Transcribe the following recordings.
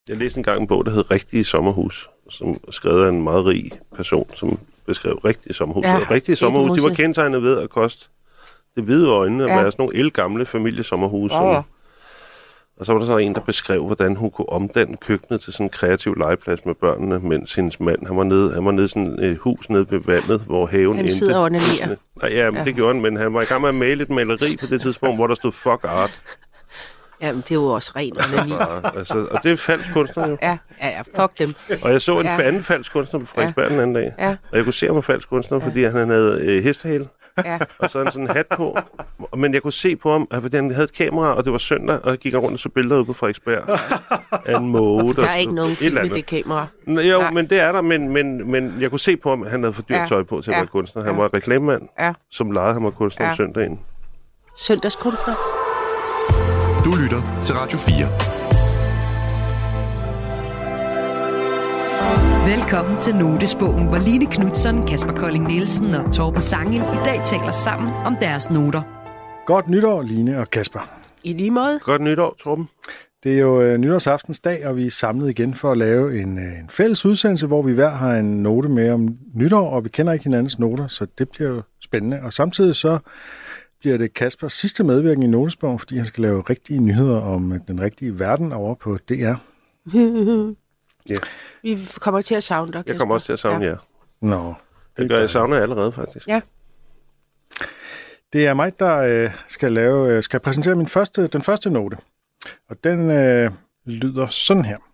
Jeg læste engang en bog, der hed Rigtige Sommerhus, som er skrevet af en meget rig person, som beskrev rigtige sommerhus. Ja, rigtige sommerhus, de var kendetegnet ved at koste det hvide øjnene, at være sådan nogle ældgamle familiesommerhuse. Og så var der så en, der beskrev, hvordan hun kunne omdanne køkkenet til sådan en kreativ legeplads med børnene, mens hendes mand, han var nede i sådan et hus nede ved vandet, hvor haven endte. Han sidder og onanerer. Ja, det gjorde han, men han var i gang med at male et maleri på det tidspunkt, hvor der stod fuck art. Jamen, det er jo også ren onani. Og det er falsk kunstner jo. Ja, fuck dem. Og jeg så en anden falsk kunstner på Frederiksberg den anden dag. Ja. Og jeg kunne se ham falsk kunstner, fordi han havde hestehale. Ja. Og så sådan en hat på. Men jeg kunne se på ham, at han havde et kamera, og det var søndag, og jeg gik rundt og så billeder ude på Frederiksberg af en måge. Der er ikke nogen film med det kamera. Jo, men det er der, men jeg kunne se på ham, at han havde for dyrt tøj på til at være kunstner. Han var reklamemand, som legede ham og kunstner om søndagen. Søndagskunstner. Du lytter til Radio 4. Velkommen til Notesbogen, hvor Line Knutzon, Kasper Kolding Nielsen og Torben Sangel i dag taler sammen om deres noter. Godt nytår, Line og Kasper. I lige måde. Godt nytår, Torben. Det er jo nytårsaftens dag, og vi er samlet igen for at lave en fælles udsendelse, hvor vi hver har en note med om nytår, og vi kender ikke hinandens noter, så det bliver jo spændende. Og samtidig så bliver det Kaspers sidste medvirken i Notesbogen, fordi han skal lave rigtige nyheder om den rigtige verden over på DR. Ja. Vi kommer til at savne dig, Kasper. Jeg kommer også til at savne jer. Nå. Det gør jeg savner allerede, faktisk. Ja. Det er mig, der skal præsentere den første note. Og den lyder sådan her.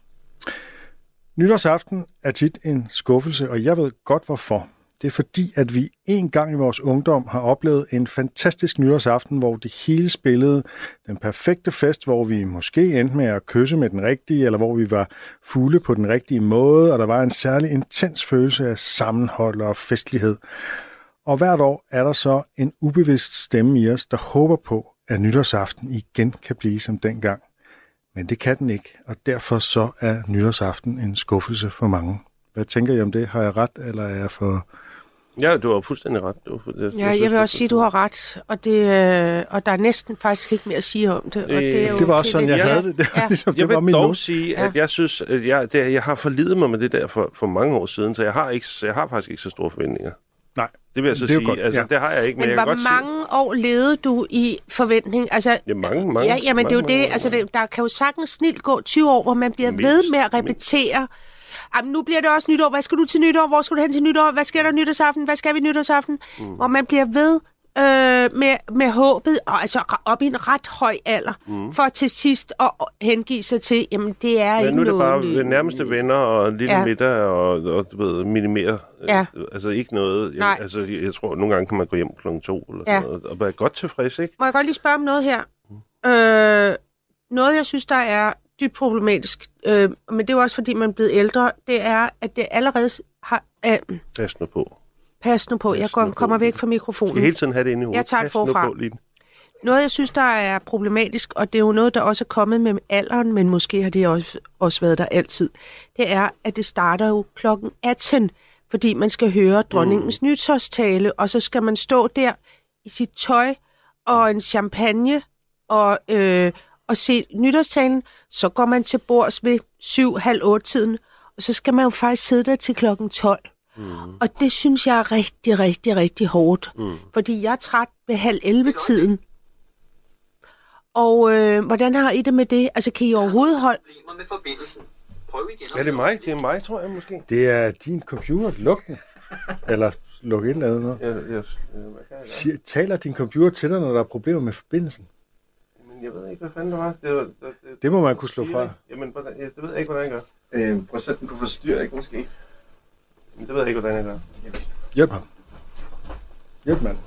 Nytårsaften er tit en skuffelse, og jeg ved godt hvorfor. Det er fordi, at vi en gang i vores ungdom har oplevet en fantastisk nytårsaften, hvor det hele spillede den perfekte fest, hvor vi måske endte med at kysse med den rigtige, eller hvor vi var fulde på den rigtige måde, og der var en særlig intens følelse af sammenhold og festlighed. Og hvert år er der så en ubevidst stemme i os, der håber på, at nytårsaften igen kan blive som dengang. Men det kan den ikke, og derfor så er nytårsaften en skuffelse for mange. Hvad tænker I om det? Har jeg ret, eller er jeg for... Ja, du har fuldstændig ret. Jeg vil også sige, at du har ret, og der er næsten faktisk ikke mere at sige om det. Og det er jo det var også sådan, jeg havde det. Jeg vil dog sige, at jeg synes, at jeg har forlidet mig med det der for mange år siden, så jeg har faktisk ikke så store forventninger. Nej. Det vil jeg så sige. Godt. Altså, det har jeg ikke, men jeg kan godt hvor mange år levede du i forventning? Altså, ja, mange. Ja, jamen det er jo det. Altså, der kan jo sagtens snilt gå 20 år, hvor man bliver ved med at repetere. Jamen, nu bliver det også nytår. Hvad skal du til nytår? Hvor skal du hen til nytår? Hvad sker der nytårsaften? Hvad skal vi nytårsaften? Hvor man bliver ved med håbet, og altså op i en ret høj alder, for til sidst at hengive sig til, jamen det er ikke noget... Nu er det bare nærmeste venner og en lille middag og du ved, minimere. Ja. Altså ikke noget... Jeg tror, nogle gange kan man gå hjem kl. 2 eller sådan noget, og være godt tilfreds, ikke? Må jeg godt lige spørge om noget her? Noget, jeg synes, der er dybt problematisk, men det er jo også, fordi man er blevet ældre, det er, at det allerede har... Pas nu på. Jeg kommer væk fra mikrofonen. Skal hele tiden have det inde i hovedet. Jeg tager det forfra. Noget, jeg synes, der er problematisk, og det er jo noget, der også er kommet med alderen, men måske har det også været der altid, det er, at det starter jo klokken 18, fordi man skal høre dronningens nytårstale, og så skal man stå der i sit tøj og en champagne og se nytårstalen. Så går man til bords ved 7-8-tiden, og så skal man jo faktisk sidde der til klokken 12. Og det synes jeg er rigtig, rigtig, rigtig hårdt. Fordi jeg er træt ved 10:30-tiden. Og hvordan har I det med det? Altså, kan I overhovedet holde... med forbindelsen. Prøv igen. Er det mig? Det er mig, tror jeg måske. Det er din computer. Luk den. Eller luk et eller andet noget. Taler din computer til dig, når der er problemer med forbindelsen? Men jeg ved ikke, hvad fanden det var. Det må man kunne slå fra. Jamen, det ved jeg ikke, hvordan jeg gør. Prøv at sætte den på forstyr, ikke måske? Men det ved jeg ikke, hvordan jeg gør. Hjælp ham. Hjælp, mand.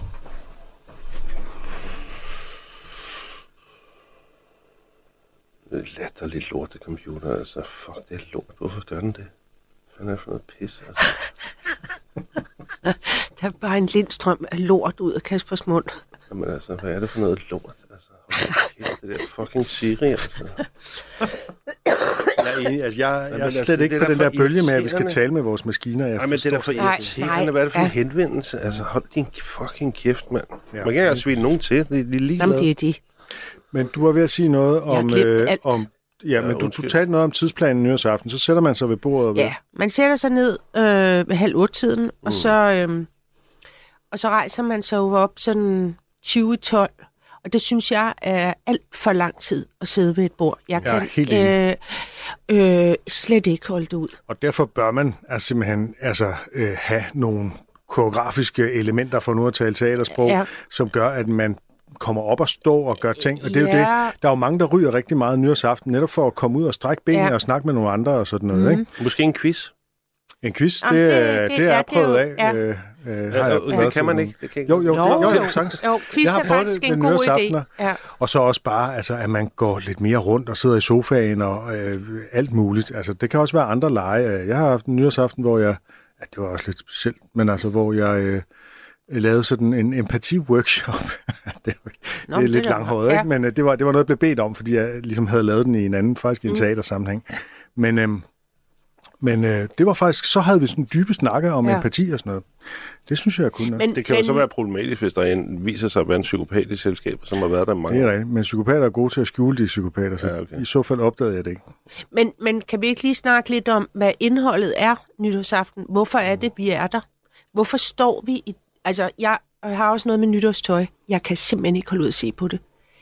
Det er latterligt lort, det computer. Altså, fuck, det er lort. Hvorfor gør den det? Hvad er det for noget pis, altså? Der er bare en lindstrøm af lort ud af Kaspers mund. Jamen altså, hvad er det for noget lort? Altså, det der fucking Siri, altså. Jeg er slet ikke på den der bølge med, at vi skal tale med vores maskiner. Nej, men det er da for irriterende. Hvad er det for en henvendelse? Altså, hold din fucking kæft, mand. Man kan ikke svine nogen til. De er ligeglade. Jamen, det er de. Men du var ved at sige noget om men du talte noget om tidsplanen nytårsaften, så sætter man sig ved bordet. Ja, man sætter sig ned ved 7:30, og så rejser man sig jo op sådan 20:12, og det synes jeg er alt for lang tid at sidde ved et bord. Jeg kan slet ikke holde det ud. Og derfor bør man simpelthen have nogle koreografiske elementer, for nu at tale teatersprog, som gør, at man kommer op og stå og gør ting. Og det er jo det. Der er jo mange, der ryger rigtig meget nytårsaften, netop for at komme ud og strække benene og snakke med nogle andre og sådan noget. Ikke? Måske en quiz. En quiz, det er prøvet af. Det kan man ikke. Jo, sagtens. Jo, quiz er faktisk en god idé. Ja. Og så også bare, at man går lidt mere rundt og sidder i sofaen og alt muligt. Altså, det kan også være andre lege. Jeg har haft en nytårsaften, hvor jeg... Ja, det var også lidt specielt, men altså, hvor jeg lavede sådan en empati-workshop. det er lidt langhåret, ikke? Men det var noget, jeg blev bedt om, fordi jeg ligesom havde lavet den i en anden, faktisk i en teatersammenhæng. Men det var faktisk, så havde vi sådan dybe snakke om empati og sådan noget. Det synes jeg kunne. Det kan jo så være problematisk, hvis der viser sig at være en psykopat i selskab, som har været der mange år. Det er rigtigt, men psykopater er gode til at skjule de psykopater, så i så fald opdagede jeg det ikke. Men kan vi ikke lige snakke lidt om, hvad indholdet er nytårsaften? Hvorfor er det, vi er der? Hvorfor står vi i... Altså, jeg har også noget med nytårstøj. Jeg kan simpelthen ikke holde ud at se på det.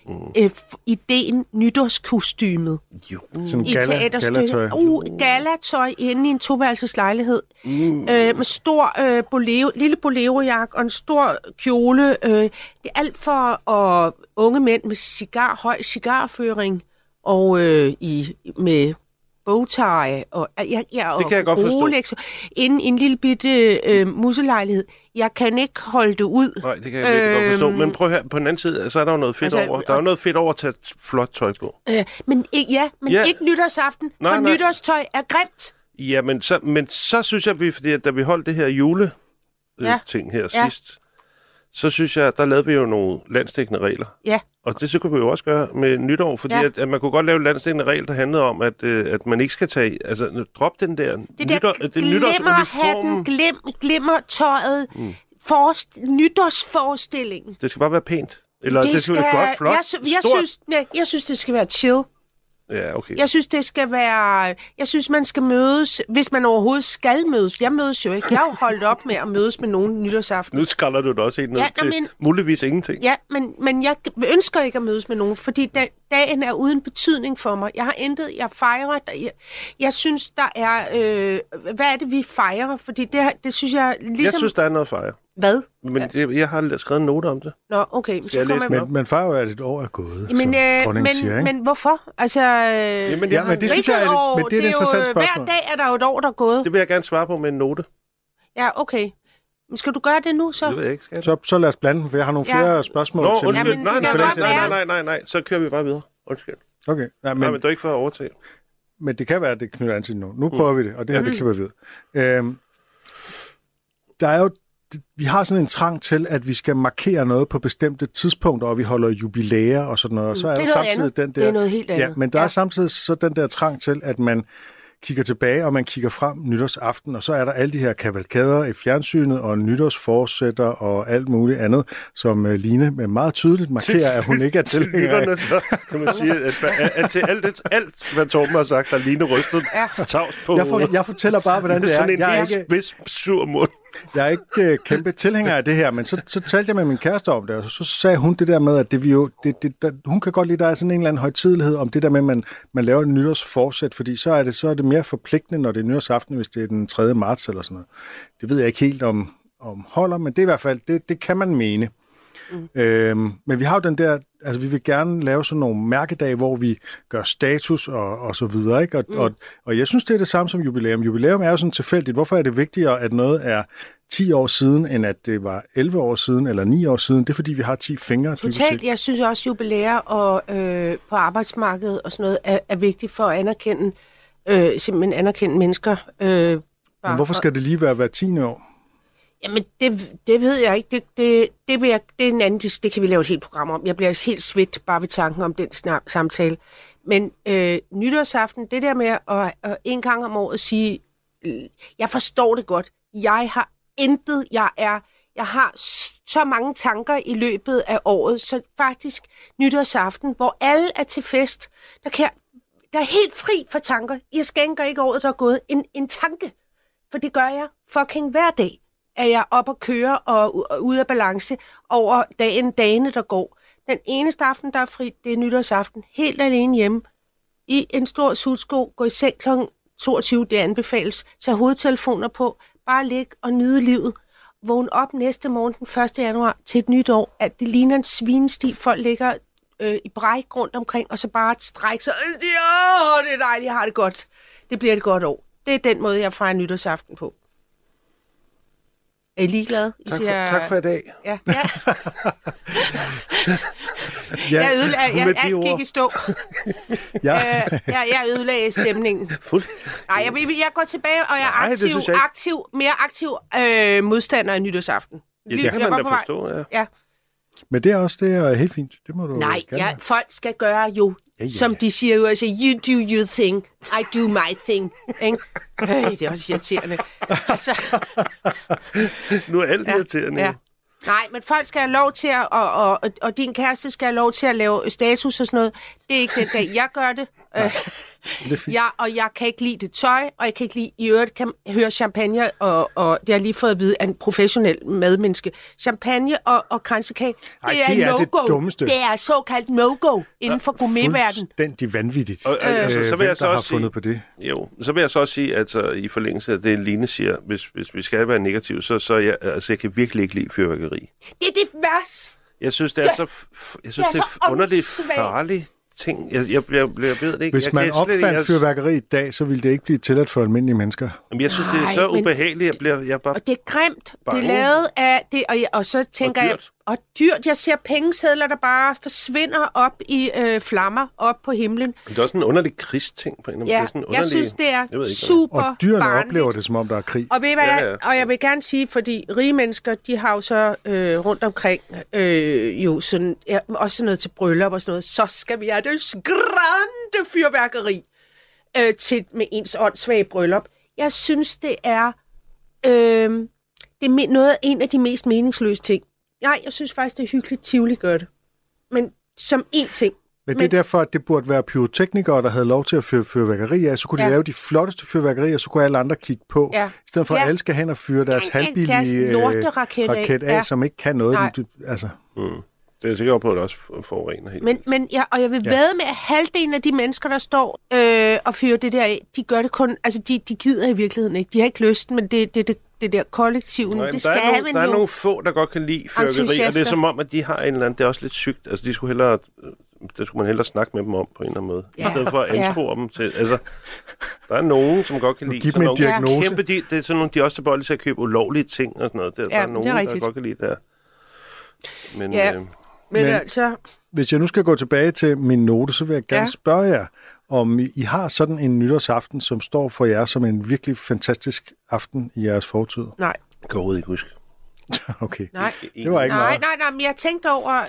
Ideen nytårskostymet i teaterstykket. Galatøj inde i en toværelseslejlighed med stor lille bolero-jakke og en stor kjole. Det er alt for unge mænd med høj cigarføring og med bowtie og det kan jeg godt forstå. Inde i en lille bitte muselejlighed. Jeg kan ikke holde det ud. Nej, det kan jeg virkelig godt forstå. Men prøv her, på den anden side, så er der jo noget fedt over. Der er jo noget fedt over at tage flot tøj på. Men ikke nytårsaften, for nytårstøj er grimt. Ja, men så synes jeg, fordi da vi holdt det her jule-ting her sidst, så synes jeg, der lavede vi jo nogle landsdækkende regler. Ja. Og det så kunne vi jo også gøre med nytår, fordi at man kunne godt lave landsdækkende regler, der handlede om, at man ikke skal tage... Altså, drop den der... Glimmerhatten, glimmertøjet, nytårsforestillingen. Det skal bare være pænt. Eller det skal være godt, flot, jeg synes, det skal være chill. Ja, okay. Jeg synes, man skal mødes, hvis man overhovedet skal mødes. Jeg mødes jo ikke. Jeg har jo holdt op med at mødes med nogen nytårsaften. Nu skalder du da også helt ned til muligvis ingenting. Ja, men jeg ønsker ikke at mødes med nogen, fordi dagen er uden betydning for mig. Jeg har intet, jeg fejrer. Jeg synes, der er... hvad er det, vi fejrer? Fordi det synes jeg ligesom... Jeg synes, der er noget at fejre. Hvad? Men jeg har skrevet en note om det. Nå, okay. Så kommer men fejrer jo, at et år er gået. Men hvorfor? Altså, men det synes jeg er et interessant spørgsmål. Hver dag er der jo et år, der er gået. Det vil jeg gerne svare på med en note. Ja, okay. Men skal du gøre det nu, så? Det ved jeg ikke, skal så lad os blande, for jeg har nogle flere spørgsmål til. Nej, så kører vi bare videre. Undskyld. Okay. Men du er ikke for at overtage. Men det kan være, at det knytter an til nu. Nu prøver vi det, og det her, det klipper vi ud. Der er jo vi har sådan en trang til, at vi skal markere noget på bestemte tidspunkter, og vi holder jubilæer og sådan noget. Og så er der samtidig den der, det er noget helt andet. Ja, men der er samtidig så den der trang til, at man kigger tilbage, og man kigger frem nytårsaften, og så er der alle de her kavalkader i fjernsynet, og nytårsforsætter og alt muligt andet, som Line med meget tydeligt markerer, at hun ikke er tilhænger af. Så kan man sige, at til alt, hvad Torben har sagt, har Line rystet tavs på. Jeg fortæller bare, hvordan det er. Sådan en helt spids, sur mund. Jeg er ikke kæmpe tilhænger af det her, men så talte jeg med min kæreste om det, og så sagde hun det der med, at det vi jo, hun kan godt lide, at der er sådan en eller anden højtidelighed om det der med, at man laver en nytårsforsæt, fordi så er det mere forpligtende, når det er nytårsaften, hvis det er den 3. marts eller sådan noget. Det ved jeg ikke helt om holder, men det er i hvert fald, det kan man mene. Men vi har jo den der, altså vi vil gerne lave sådan nogle mærkedage, hvor vi gør status og så videre, ikke? Og jeg synes, det er det samme som jubilæum. Jubilæum er jo sådan tilfældigt. Hvorfor er det vigtigere, at noget er 10 år siden, end at det var 11 år siden eller 9 år siden? Det er, fordi vi har 10 fingre. Totalt. Jeg synes også, jubilæer og på arbejdsmarkedet og sådan noget er vigtigt for at anerkende, simpelthen anerkende mennesker. Men hvorfor skal det lige være hver 10. år? Jamen, det ved jeg ikke. Det er en anden, det kan vi lave et helt program om. Jeg bliver helt svedt bare ved tanken om den samtale. Men nytårsaften, det der med at en gang om året sige, jeg forstår det godt. Jeg har intet. Jeg har så mange tanker i løbet af året, så faktisk nytårsaften, hvor alle er til fest, der er helt fri for tanker. Jeg skænker ikke året, der er gået en tanke. For det gør jeg fucking hver dag. Er jeg op og køre og ude af balance over dagene, der går. Den eneste aften, der er fri, det er nytårsaften. Helt alene hjemme. I en stor sudsko. Gå i seng kl. 22, det anbefales. Tag hovedtelefoner på. Bare lig og nyde livet. Vågn op næste morgen den 1. januar til et nyt år. At det ligner en svinesti. Folk ligger i bræk rundt omkring, og så bare strække sig. Det er dejligt, jeg har det godt. Det bliver et godt år. Det er den måde, jeg fejrer nytårsaften på. Er I ligeglade? Tak for i dag. Ja. Alt gik i stå. Jeg ødelagde stemningen. Nej, jeg går tilbage, og jeg er mere aktiv modstander af nytårsaften. Ja, det kan man da forstå, ja. Men det er også det er helt fint. Det må du gerne. Folk skal gøre jo, som de siger jo, altså, you do your thing, I do my thing. Det er også irriterende. Altså, nu er alt irriterende. Ja. Nej, men folk skal have lov til at, og din kæreste skal have lov til at lave status og sådan noget. Det er ikke den dag, jeg gør det. Jeg kan ikke lide det tøj, og jeg kan ikke lide, i øvrigt kan høre champagne, og det har lige fået at vide af en professionel madmenneske. Champagne og kransekage, det er no-go. Det dummeste. Det er såkaldt no-go inden for gourmetverdenen. Fuldstændig vanvittigt. Så vil jeg så også sige, fundet på det. Jo, så vil jeg så også sige, at i forlængelse af det, Line siger, hvis vi skal være negativ, så jeg kan virkelig ikke lide fyrværkeri. Det er det værste. Jeg synes, det er så underligt farligt ting. Jeg ved det ikke. Hvis man opfandt fyrværkeri i dag, så ville det ikke blive tilladt for almindelige mennesker. Jamen, jeg synes, det er så ubehageligt. Jeg bare og det er grimt. Det er lavet af det, og så tænker jeg... Og dyrt. Jeg ser pengesedler, der bare forsvinder op i flammer op på himlen. Det er også en underlig krigsting på en eller anden måde. Jeg synes, det er super og dyrene barnligt. Oplever det, som om der er krig. Og, og jeg vil gerne sige, fordi rige mennesker, de har jo så rundt omkring jo sådan, også sådan noget til bryllup og sådan noget. Så skal vi have det skrændende fyrværkeri med ens åndssvage bryllup. Jeg synes, det er en af de mest meningsløse ting. Jeg synes faktisk, det er hyggeligt, Tivoli gør det. Men som én ting. Men det er derfor, at det burde være pyroteknikere, der havde lov til at fyre fyrværkerier. Så kunne de lave de flotteste fyrværkerier, så kunne alle andre kigge på. Ja. I stedet for, at alle skal hen og fyre deres halvbillige raket af, som ikke kan noget. Det er jeg sikker på, at det også forurener helt. Men jeg vil vædde med, at halvdelen af de mennesker, der står og fyrer det der af, de gør det kun... Altså, de gider i virkeligheden ikke. De har ikke lyst, men det der kollektive, det skal man jo. Der er nogle få, der godt kan lide fyrværkeri, og det er som om, at de har en eller anden... Det er også lidt sygt. Altså, det skulle man hellere snakke med dem om på en eller anden måde. I stedet for at anspore dem til... Altså, der er nogen, som godt kan lide... Give dem en diagnose. Det er sådan nogle, de er også tilbøjelige til at købe ulovlige ting og sådan noget. Der er nogen, der godt kan lide det her. Men altså... Hvis jeg nu skal gå tilbage til min note, så vil jeg gerne spørge jer, om I har sådan en nytårsaften, som står for jer som en virkelig fantastisk aften i jeres fortid? Nej. Jeg kan overhovedet ikke huske. Okay. Nej. Det var ikke meget. Nej, men jeg tænkte over,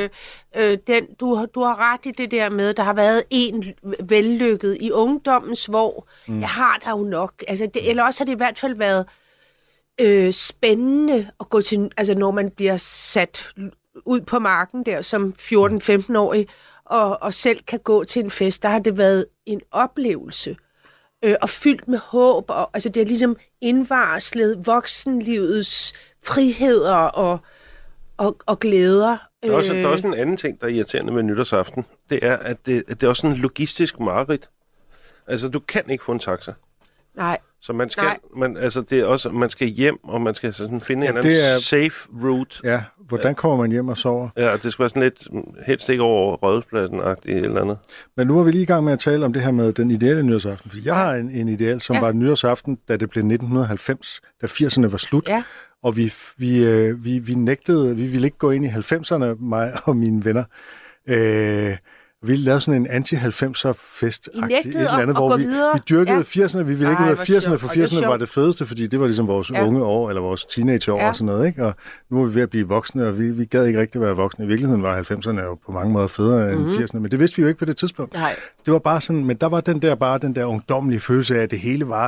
du har ret i det der med, der har været en vellykket i ungdommens, hvor jeg har der jo nok. Altså, eller også har det i hvert fald været spændende at gå til, altså når man bliver sat ud på marken der som 14-15-årig, og selv kan gå til en fest, der har det været en oplevelse, og fyldt med håb, og altså det er ligesom indvarslet voksenlivets friheder og glæder. Der er også en anden ting, der er irriterende med nytårsaften. Det er, at det er også en logistisk mareridt. Altså, du kan ikke få en taxa. Nej. Så man skal, det er også, man skal hjem, og man skal sådan finde en anden safe route. Ja, hvordan kommer man hjem og sover? Ja, det skal være sådan lidt, helst ikke over Rådhuspladsen-agtigt eller andet. Men nu er vi lige i gang med at tale om det her med den ideelle nytårsaften. For jeg har en ideel, som var nytårsaften, da det blev 1990, da 80'erne var slut. Ja. Og vi nægtede, vi ville ikke gå ind i 90'erne, mig og mine venner. Vi lavede sådan en anti-90'er-fest-agtig et eller andet, hvor vi dyrkede 80'erne. Vi ville ikke ud af 80'erne, for 80'erne var det fedeste, fordi det var ligesom vores unge år, eller vores teenageår og sådan noget, ikke? Og nu er vi ved at blive voksne, og vi gad ikke rigtig være voksne. I virkeligheden var 90'erne jo på mange måder federe end 80'erne, men det vidste vi jo ikke på det tidspunkt. Nej. Det var bare sådan, men der var den der ungdommelige følelse af, at det hele var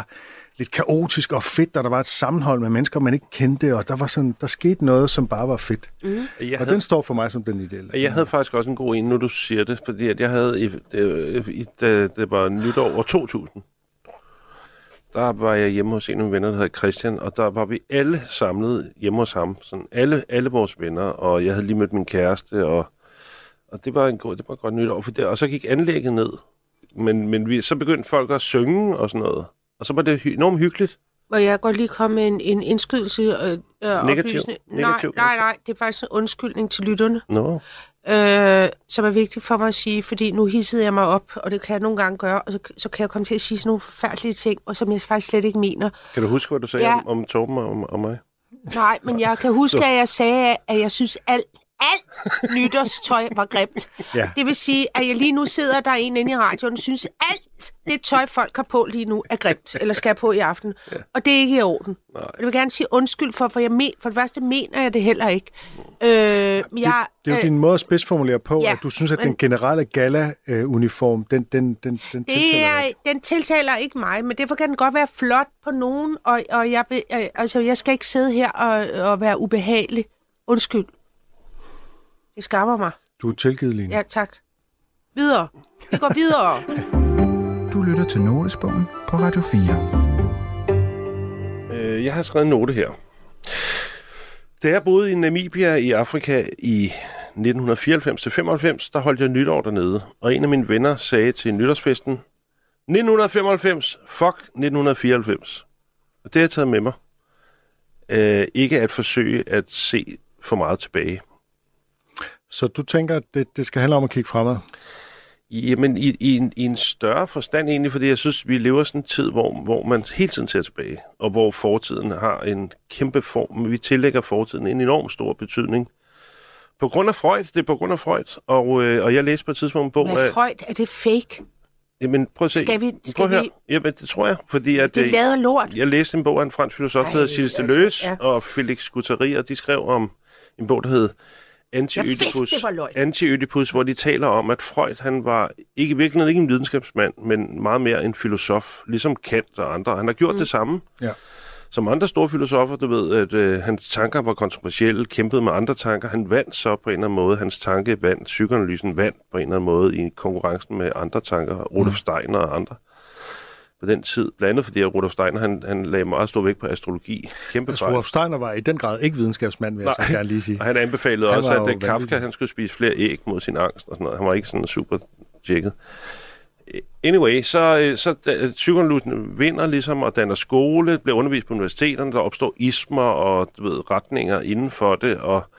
lidt kaotisk og fedt, og der var et sammenhold med mennesker, man ikke kendte, og der skete noget, som bare var fedt. Og den står for mig som den ideelle. Jeg havde faktisk også en god en, nu du siger det, fordi at jeg havde, det var nytår år 2000, der var jeg hjemme hos en af mine venner, der hedder Christian, og der var vi alle samlet hjemme hos ham. Sådan alle vores venner, og jeg havde lige mødt min kæreste, og det var et godt nytår. Og så gik anlægget ned. Men så begyndte folk at synge og sådan noget. Og så var det enormt hyggeligt. Og jeg godt lige komme med en indskydelse. Negativ? Nej, det er faktisk en undskyldning til lytterne. No. Som er vigtigt for mig at sige, fordi nu hissede jeg mig op, og det kan jeg nogle gange gøre, og så kan jeg komme til at sige sådan nogle forfærdelige ting, og som jeg faktisk slet ikke mener. Kan du huske, hvad du sagde om Torben og mig? Nej, men jeg kan huske, at jeg sagde, at jeg synes alt nytårstøj var grimt. Ja. Det vil sige, at jeg lige nu sidder der en inde i radioen og synes, alt det tøj, folk har på lige nu, er grimt, eller skal på i aften. Ja. Og det er ikke i orden. Nej. Jeg vil gerne sige undskyld for det første mener jeg det heller ikke. Det er jo din måde at spidsformulere på, at du synes, at den generelle gala-uniform, den tiltaler ikke. Den tiltaler ikke mig, men derfor kan den godt være flot på nogen, og jeg skal ikke sidde her og være ubehagelig. Undskyld. Det skammer mig. Du er tilgivet, Line. Ja, tak. Videre. Vi går videre. Du lytter til Notesbogen på Radio 4. Jeg har skrevet en note her. Da jeg boede i Namibia i Afrika i 1994-95, der holdt jeg nytår dernede. Og en af mine venner sagde til nytårsfesten, 1995, fuck 1994. Og det har jeg taget med mig. Ikke at forsøge at se for meget tilbage. Så du tænker, at det skal handle om at kigge fremad? Jamen, i en større forstand egentlig, fordi jeg synes, vi lever sådan en tid, hvor man hele tiden ser tilbage, og hvor fortiden har en kæmpe form. Vi tillægger fortiden en enorm stor betydning. På grund af Freud, det er på grund af Freud, og jeg læste på et tidspunkt en bog... Men Freud, er det fake? Jamen, prøv at se. Skal vi... Jamen, det tror jeg, fordi at... Det lader lort. Jeg læste en bog af en fransk filosof, der hedder Gilles Deleuze, og Félix Guattari, og de skrev om en bog, der hed Anti-Ødipus, hvor de taler om, at Freud, han var ikke en videnskabsmand, men meget mere en filosof, ligesom Kant og andre. Han har gjort det samme. Ja. Som andre store filosofer, du ved, at hans tanker var kontroversielle, kæmpede med andre tanker. Han vandt så på en eller anden måde. Hans tanke vandt, psykoanalysen vandt på en eller anden måde i konkurrencen med andre tanker. Rudolf Steiner og andre. På den tid, blandt andet fordi Rudolf Steiner, han lagde meget stor vægt på astrologi. Kæmpe fejl. Rudolf Steiner var i den grad ikke videnskabsmand, vil jeg så gerne lige sige. Og han anbefalede også, at Kafka han skulle spise flere æg mod sin angst og sådan noget. Han var ikke sådan super tjekket. Anyway, så psykoanalysen vinder ligesom og danner skole, bliver undervist på universiteterne, der opstår ismer og retninger inden for det,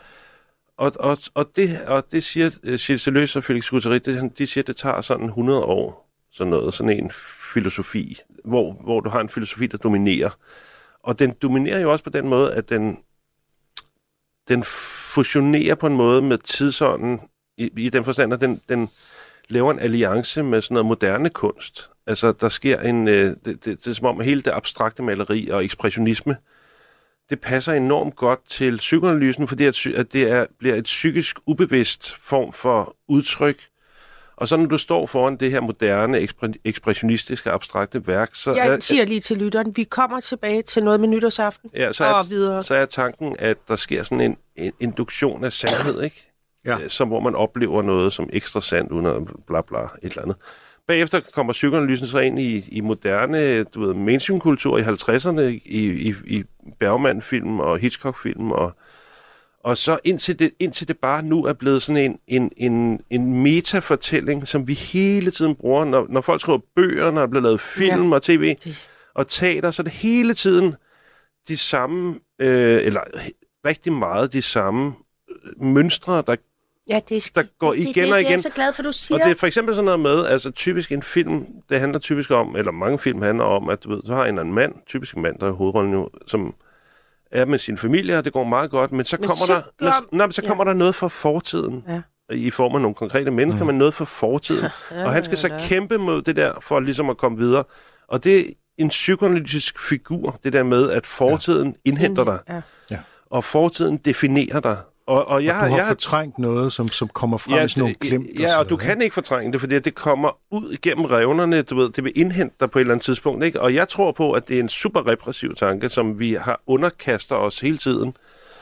og det siger Gilles Deleuze og Félix Guattari, de siger, at det tager sådan 100 år, sådan en filosofi, hvor du har en filosofi, der dominerer. Og den dominerer jo også på den måde, at den fusionerer på en måde med tidsånden, i den forstand, at den laver en alliance med sådan noget moderne kunst. Altså, der sker det er som om hele det abstrakte maleri og ekspressionisme, det passer enormt godt til psykoanalysen, fordi at det bliver et psykisk ubevidst form for udtryk. Og så når du står foran det her moderne, ekspressionistiske, abstrakte værk, så... Jeg siger lige til lytteren, vi kommer tilbage til noget med nytårsaften og videre. Så er tanken, at der sker sådan en induktion af sandhed, ikke? Ja. Hvor man oplever noget som ekstra sandt, uden at bla bla, et eller andet. Bagefter kommer psykoanalysen så ind i moderne, mainstream-kultur i 50'erne, i Bergman-film og Hitchcock-film, og så indtil det bare nu er blevet sådan en metafortælling, som vi hele tiden bruger, når folk skriver bøger, når der bliver lavet film og tv og teater, så er det hele tiden de samme, eller rigtig meget de samme mønstre, der går igen og igen. Det er så glad for, du siger. Og det er for eksempel sådan noget med, altså typisk en film, det handler typisk om, eller mange film handler om, at du ved, så har en mand, typisk en mand, der er hovedrollen jo, som er med sin familie, og det går meget godt, men så kommer der noget fra fortiden, i form af nogle konkrete mennesker, men noget fra fortiden. Og han skal så kæmpe mod det der, for ligesom at komme videre. Og det er en psykoanalytisk figur, det der med, at fortiden indhenter dig, og fortiden definerer dig, Og jeg har fortrængt noget, som kommer frem i sådan nogle glimt. Ja, og du kan ikke fortrænge det, fordi det kommer ud igennem revnerne, du ved, det vil indhente dig på et eller andet tidspunkt, ikke? Og jeg tror på, at det er en super repressiv tanke, som vi har underkaster os hele tiden.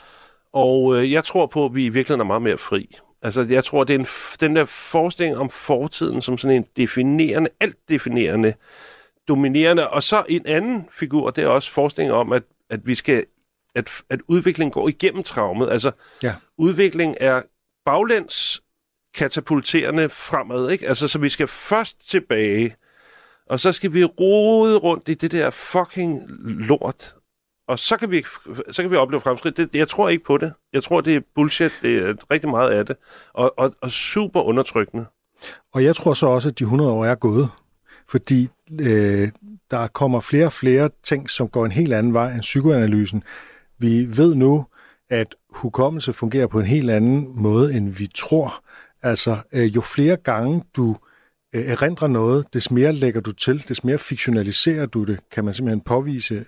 Og jeg tror på, at vi i virkeligheden er meget mere fri. Altså, jeg tror, det er den der forestilling om fortiden som sådan en definerende, alt definerende, dominerende, og så en anden figur, det er også forestillingen om, at vi skal, at udviklingen går igennem traumet. Altså, udvikling er baglæns katapulterende fremad, ikke? Altså, så vi skal først tilbage, og så skal vi rode rundt i det der fucking lort, og så kan vi opleve fremskridt. Jeg tror ikke på det. Jeg tror, det er bullshit. Det er rigtig meget af det. Og super undertrykkende. Og jeg tror så også, at de 100 år er gået. Fordi der kommer flere og flere ting, som går en helt anden vej end psykoanalysen. Vi ved nu, at hukommelse fungerer på en helt anden måde, end vi tror. Altså, jo flere gange du erindrer noget, des mere lægger du til, des mere fiktionaliserer du det, kan man simpelthen påvise.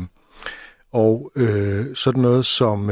Og sådan noget som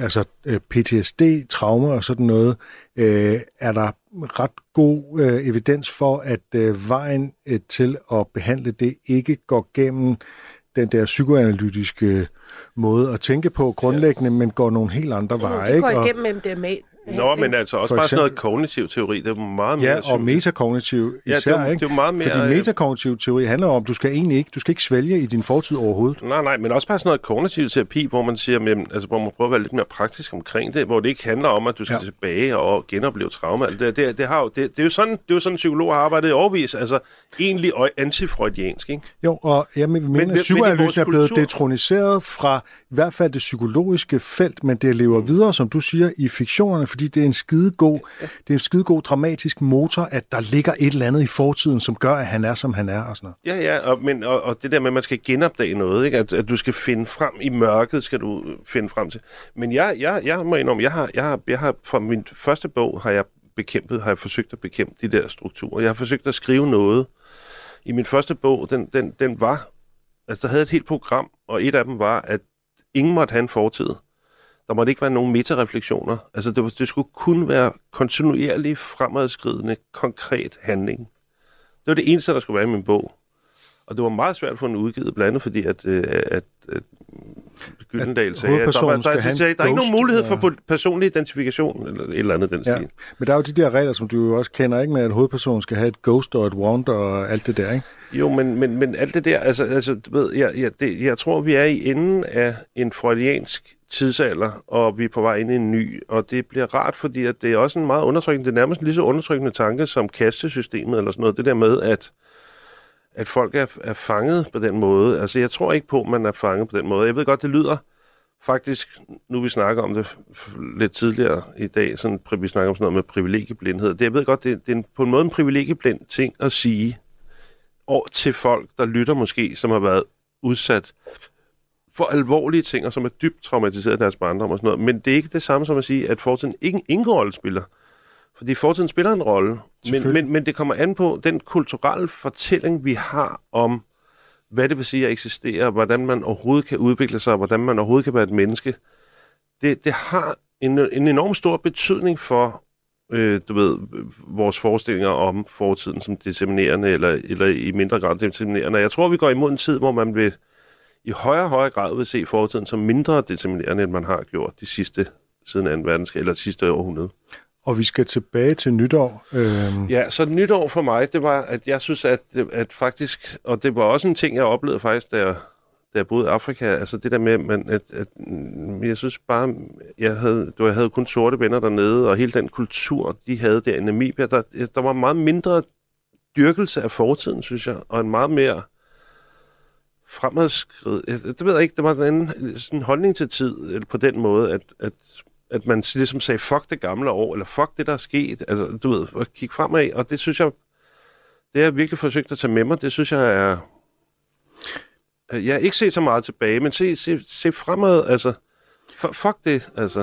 PTSD, traumer og sådan noget, er der ret god evidens for, at vejen til at behandle det ikke går gennem den der psykoanalytiske måde at tænke på grundlæggende, men går nogle helt andre veje. Det går igennem MDMA. Nå, men altså også bare sådan noget kognitiv teori, det er meget mere... Ja, og metakognitiv især, ikke? Det er meget mere... Fordi metakognitiv teori handler om, at du skal ikke svælge i din fortid overhovedet. Nej, men også bare sådan noget kognitiv terapi, hvor man siger, hvor man prøver at være lidt mere praktisk omkring det, hvor det ikke handler om, at du skal tilbage og genopleve traume. Det er jo sådan psykologer har arbejdet i årevis, altså egentlig antifreudiansk, ikke? Jo, og jeg mener, at psykoanalysen er blevet detroniseret fra i hvert fald det psykologiske felt, men det lever videre, som du siger, i fiktionerne, fordi det er en skidegod dramatisk motor, at der ligger et eller andet i fortiden, som gør, at han er, som han er, og sådan noget. Ja, og det der med, at man skal genopdage noget, ikke? At du skal finde frem i mørket, skal du finde frem til. Men jeg må indrømme, jeg har fra min første bog, har jeg forsøgt at bekæmpe de der strukturer. Jeg har forsøgt at skrive noget. I min første bog, den var, altså der havde et helt program, og et af dem var, at ingen måtte have en fortid. Der måtte ikke være nogen metareflektioner. Altså, det skulle kun være kontinuerlig, fremadskridende, konkret handling. Det var det eneste, der skulle være i min bog. Og det var meget svært at få den udgivet, blandt andet fordi, at Gyldendal sagde, at der er ikke nogen mulighed for personlig identifikation, eller et eller andet den stil. Men der er jo de der regler, som du jo også kender, ikke, med at hovedpersonen skal have et ghost og et want og alt det der, ikke? Jo, men alt det der, altså du ved, jeg tror, vi er i enden af en freudiansk tidsalder, og vi er på vej ind i en ny, og det bliver rart, fordi at det er også en meget undertrykkende, det er nærmest lige så undertrykkende tanke som kastesystemet, eller sådan noget, det der med, at folk er fanget på den måde. Altså, jeg tror ikke på, at man er fanget på den måde. Jeg ved godt, det lyder faktisk, nu vi snakker om det lidt tidligere i dag, sådan, vi snakker om sådan noget med privilegieblindhed. Jeg ved godt, det er på en måde en privilegieblind ting at sige til folk, der lytter måske, som har været udsat for alvorlige ting, og som er dybt traumatiseret af deres barndom og sådan noget. Men det er ikke det samme som at sige, at fortiden ingen rolle spiller. Fordi fortiden spiller en rolle, men det kommer an på den kulturelle fortælling, vi har om, hvad det vil sige at eksistere, hvordan man overhovedet kan udvikle sig, hvordan man overhovedet kan være et menneske. Det har en enorm stor betydning for, vores forestillinger om fortiden som determinerende, eller i mindre grad determinerende. Jeg tror, vi går imod en tid, hvor man vil i højere grad vil se fortiden som mindre determinerende, end man har gjort de sidste siden 2. verdenskrig, eller sidste århundrede. Og vi skal tilbage til nytår. Ja, så nytår for mig, det var, at jeg synes, at faktisk, og det var også en ting, jeg oplevede faktisk, da jeg boede i Afrika, altså det der med, at jeg synes bare, jeg havde kun sorte venner dernede, og hele den kultur, de havde der i Namibia, der var meget mindre dyrkelse af fortiden, synes jeg, og en meget mere fremadskrid. Det ved jeg ikke, der var en anden sådan holdning til tid på den måde, at man ligesom sagde, fuck det gamle år, eller fuck det, der er sket, altså du ved, at kigge fremad, og det synes jeg, det har jeg virkelig forsøgt at tage med mig, det synes jeg er, jeg har ikke set så meget tilbage, men se fremad, altså, fuck det, altså.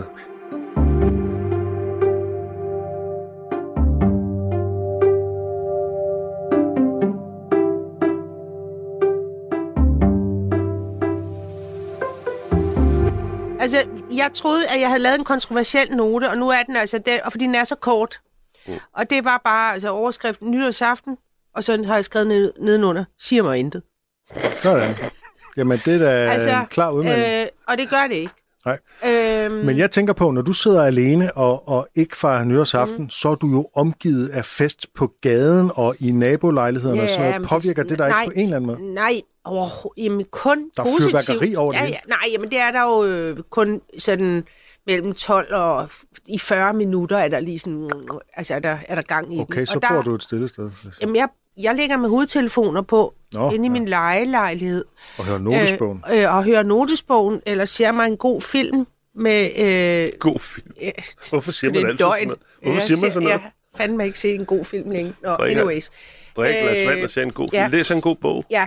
Altså, jeg troede, at jeg havde lavet en kontroversiel note, og nu er den altså den, og fordi den er så kort. Og det var bare altså overskriften nytårsaften, og så har jeg skrevet nedenunder, siger mig intet. Sådan. Jamen, det er da en klar udmelding. Og det gør det ikke. Nej. Men jeg tænker på, når du sidder alene og ikke fejrer nytårsaften, så er du jo omgivet af fest på gaden og i nabolejlighederne og sådan noget. Påvirker det dig ikke på en eller anden måde? Nej, jamen kun der positivt. Der er fyrværkeri over det. Ja, nej, jamen det er der jo kun sådan mellem 12 og i 40 minutter er der lige sådan, altså er der gang i den. Okay, så bor du et stille sted. Jamen jeg ligger med hovedtelefoner på inde i min lejelejlighed. Og hører notesbogen. Og hører notesbogen, eller ser mig en god film med... God film? Hvorfor siger man altid sådan noget? Hvorfor siger man sådan noget? Jeg fandme ikke set en god film længe. Anyways. Drik glas vand og ser en god film. Læs en god bog. Ja,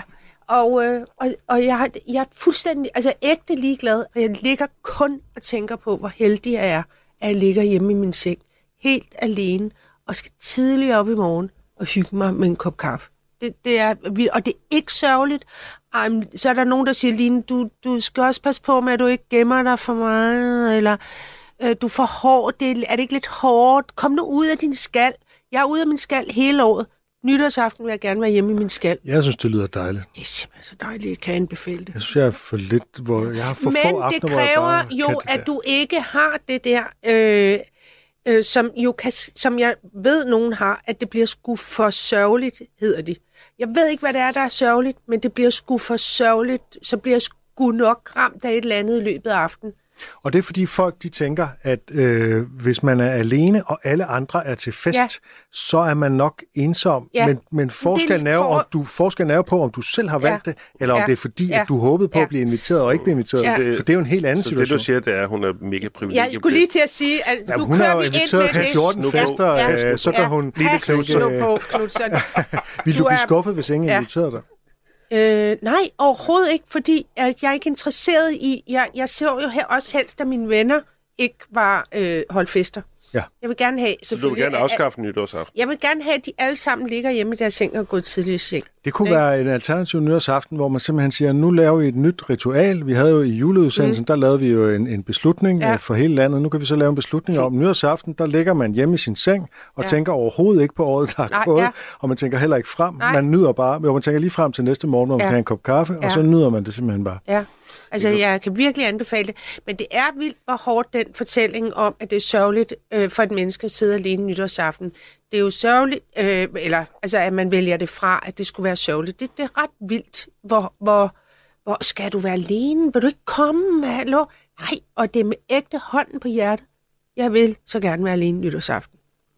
og jeg er fuldstændig, altså ægte ligeglad, og jeg ligger kun og tænker på, hvor heldig jeg er, at jeg ligger hjemme i min seng, helt alene, og skal tidligt op i morgen og hygge mig med en kop kaffe. Det er vildt, og det er ikke sørgeligt. Så er der nogen, der siger, Line, du skal også passe på med, at du ikke gemmer dig for meget, eller du er for hård, er det ikke lidt hårdt? Kom nu ud af din skal. Jeg er ude af min skal hele året. Nytårsaften vil jeg gerne være hjemme i min skal. Jeg synes, det lyder dejligt. Det er simpelthen så dejligt, jeg kan anbefale det. Jeg synes, jeg er for lidt, hvor jeg har for få aftener, det kræver jo, at du ikke har det der, som jeg ved, nogen har, at det bliver sgu for sørgeligt, hedder det. Jeg ved ikke, hvad det er, der er sørgeligt, men det bliver sgu for sørgeligt, så bliver jeg sgu nok ramt af et eller andet i løbet af aftenen. Og det er fordi folk, de tænker, at hvis man er alene, og alle andre er til fest, så er man nok ensom. Ja. Men forskellen er jo på, om du selv har valgt det, eller om det er fordi, at du håbede på at blive inviteret og ikke blive inviteret. Ja. For det er jo en helt anden situation. Det, du siger, det er, at hun er mega privilegeret. Jeg skulle lige til at sige, at nu kører vi ind med det. Hun er inviteret til 14 fester, så kan hun lige tænke, vil du blive skuffet, hvis ingen inviterede dig? Nej, overhovedet ikke, fordi at jeg er ikke interesseret i... Jeg så jo her også helst, at mine venner ikke var holdt fester. Ja. Jeg vil gerne have... Så du vil gerne afskaffe nytårsaften? Jeg vil gerne have, at de alle sammen ligger hjemme i deres seng og går tidligt i seng. Det kunne være en alternativ nytårsaften, hvor man simpelthen siger, nu laver vi et nyt ritual. Vi havde jo i juleudsendelsen, der lavede vi jo en beslutning for hele landet. Nu kan vi så lave en beslutning om nytårsaften. Der ligger man hjemme i sin seng og tænker overhovedet ikke på året, der er gået. Og man tænker heller ikke frem. Man nyder bare, man tænker lige frem til næste morgen, hvor man kan have en kop kaffe, og så nyder man det simpelthen bare. Ja. Altså, jeg kan virkelig anbefale det. Men det er vildt, hvor hårdt den fortælling om, at det er sørgeligt for et menneske at sidde alene nytårsaften. Det er jo sørgeligt, at man vælger det fra, at det skulle være sørgeligt. Det er ret vildt, hvor skal du være alene? Vil du ikke komme? Hallo? Nej, og det er med ægte hånden på hjertet. Jeg vil så gerne være alene nytårsaften.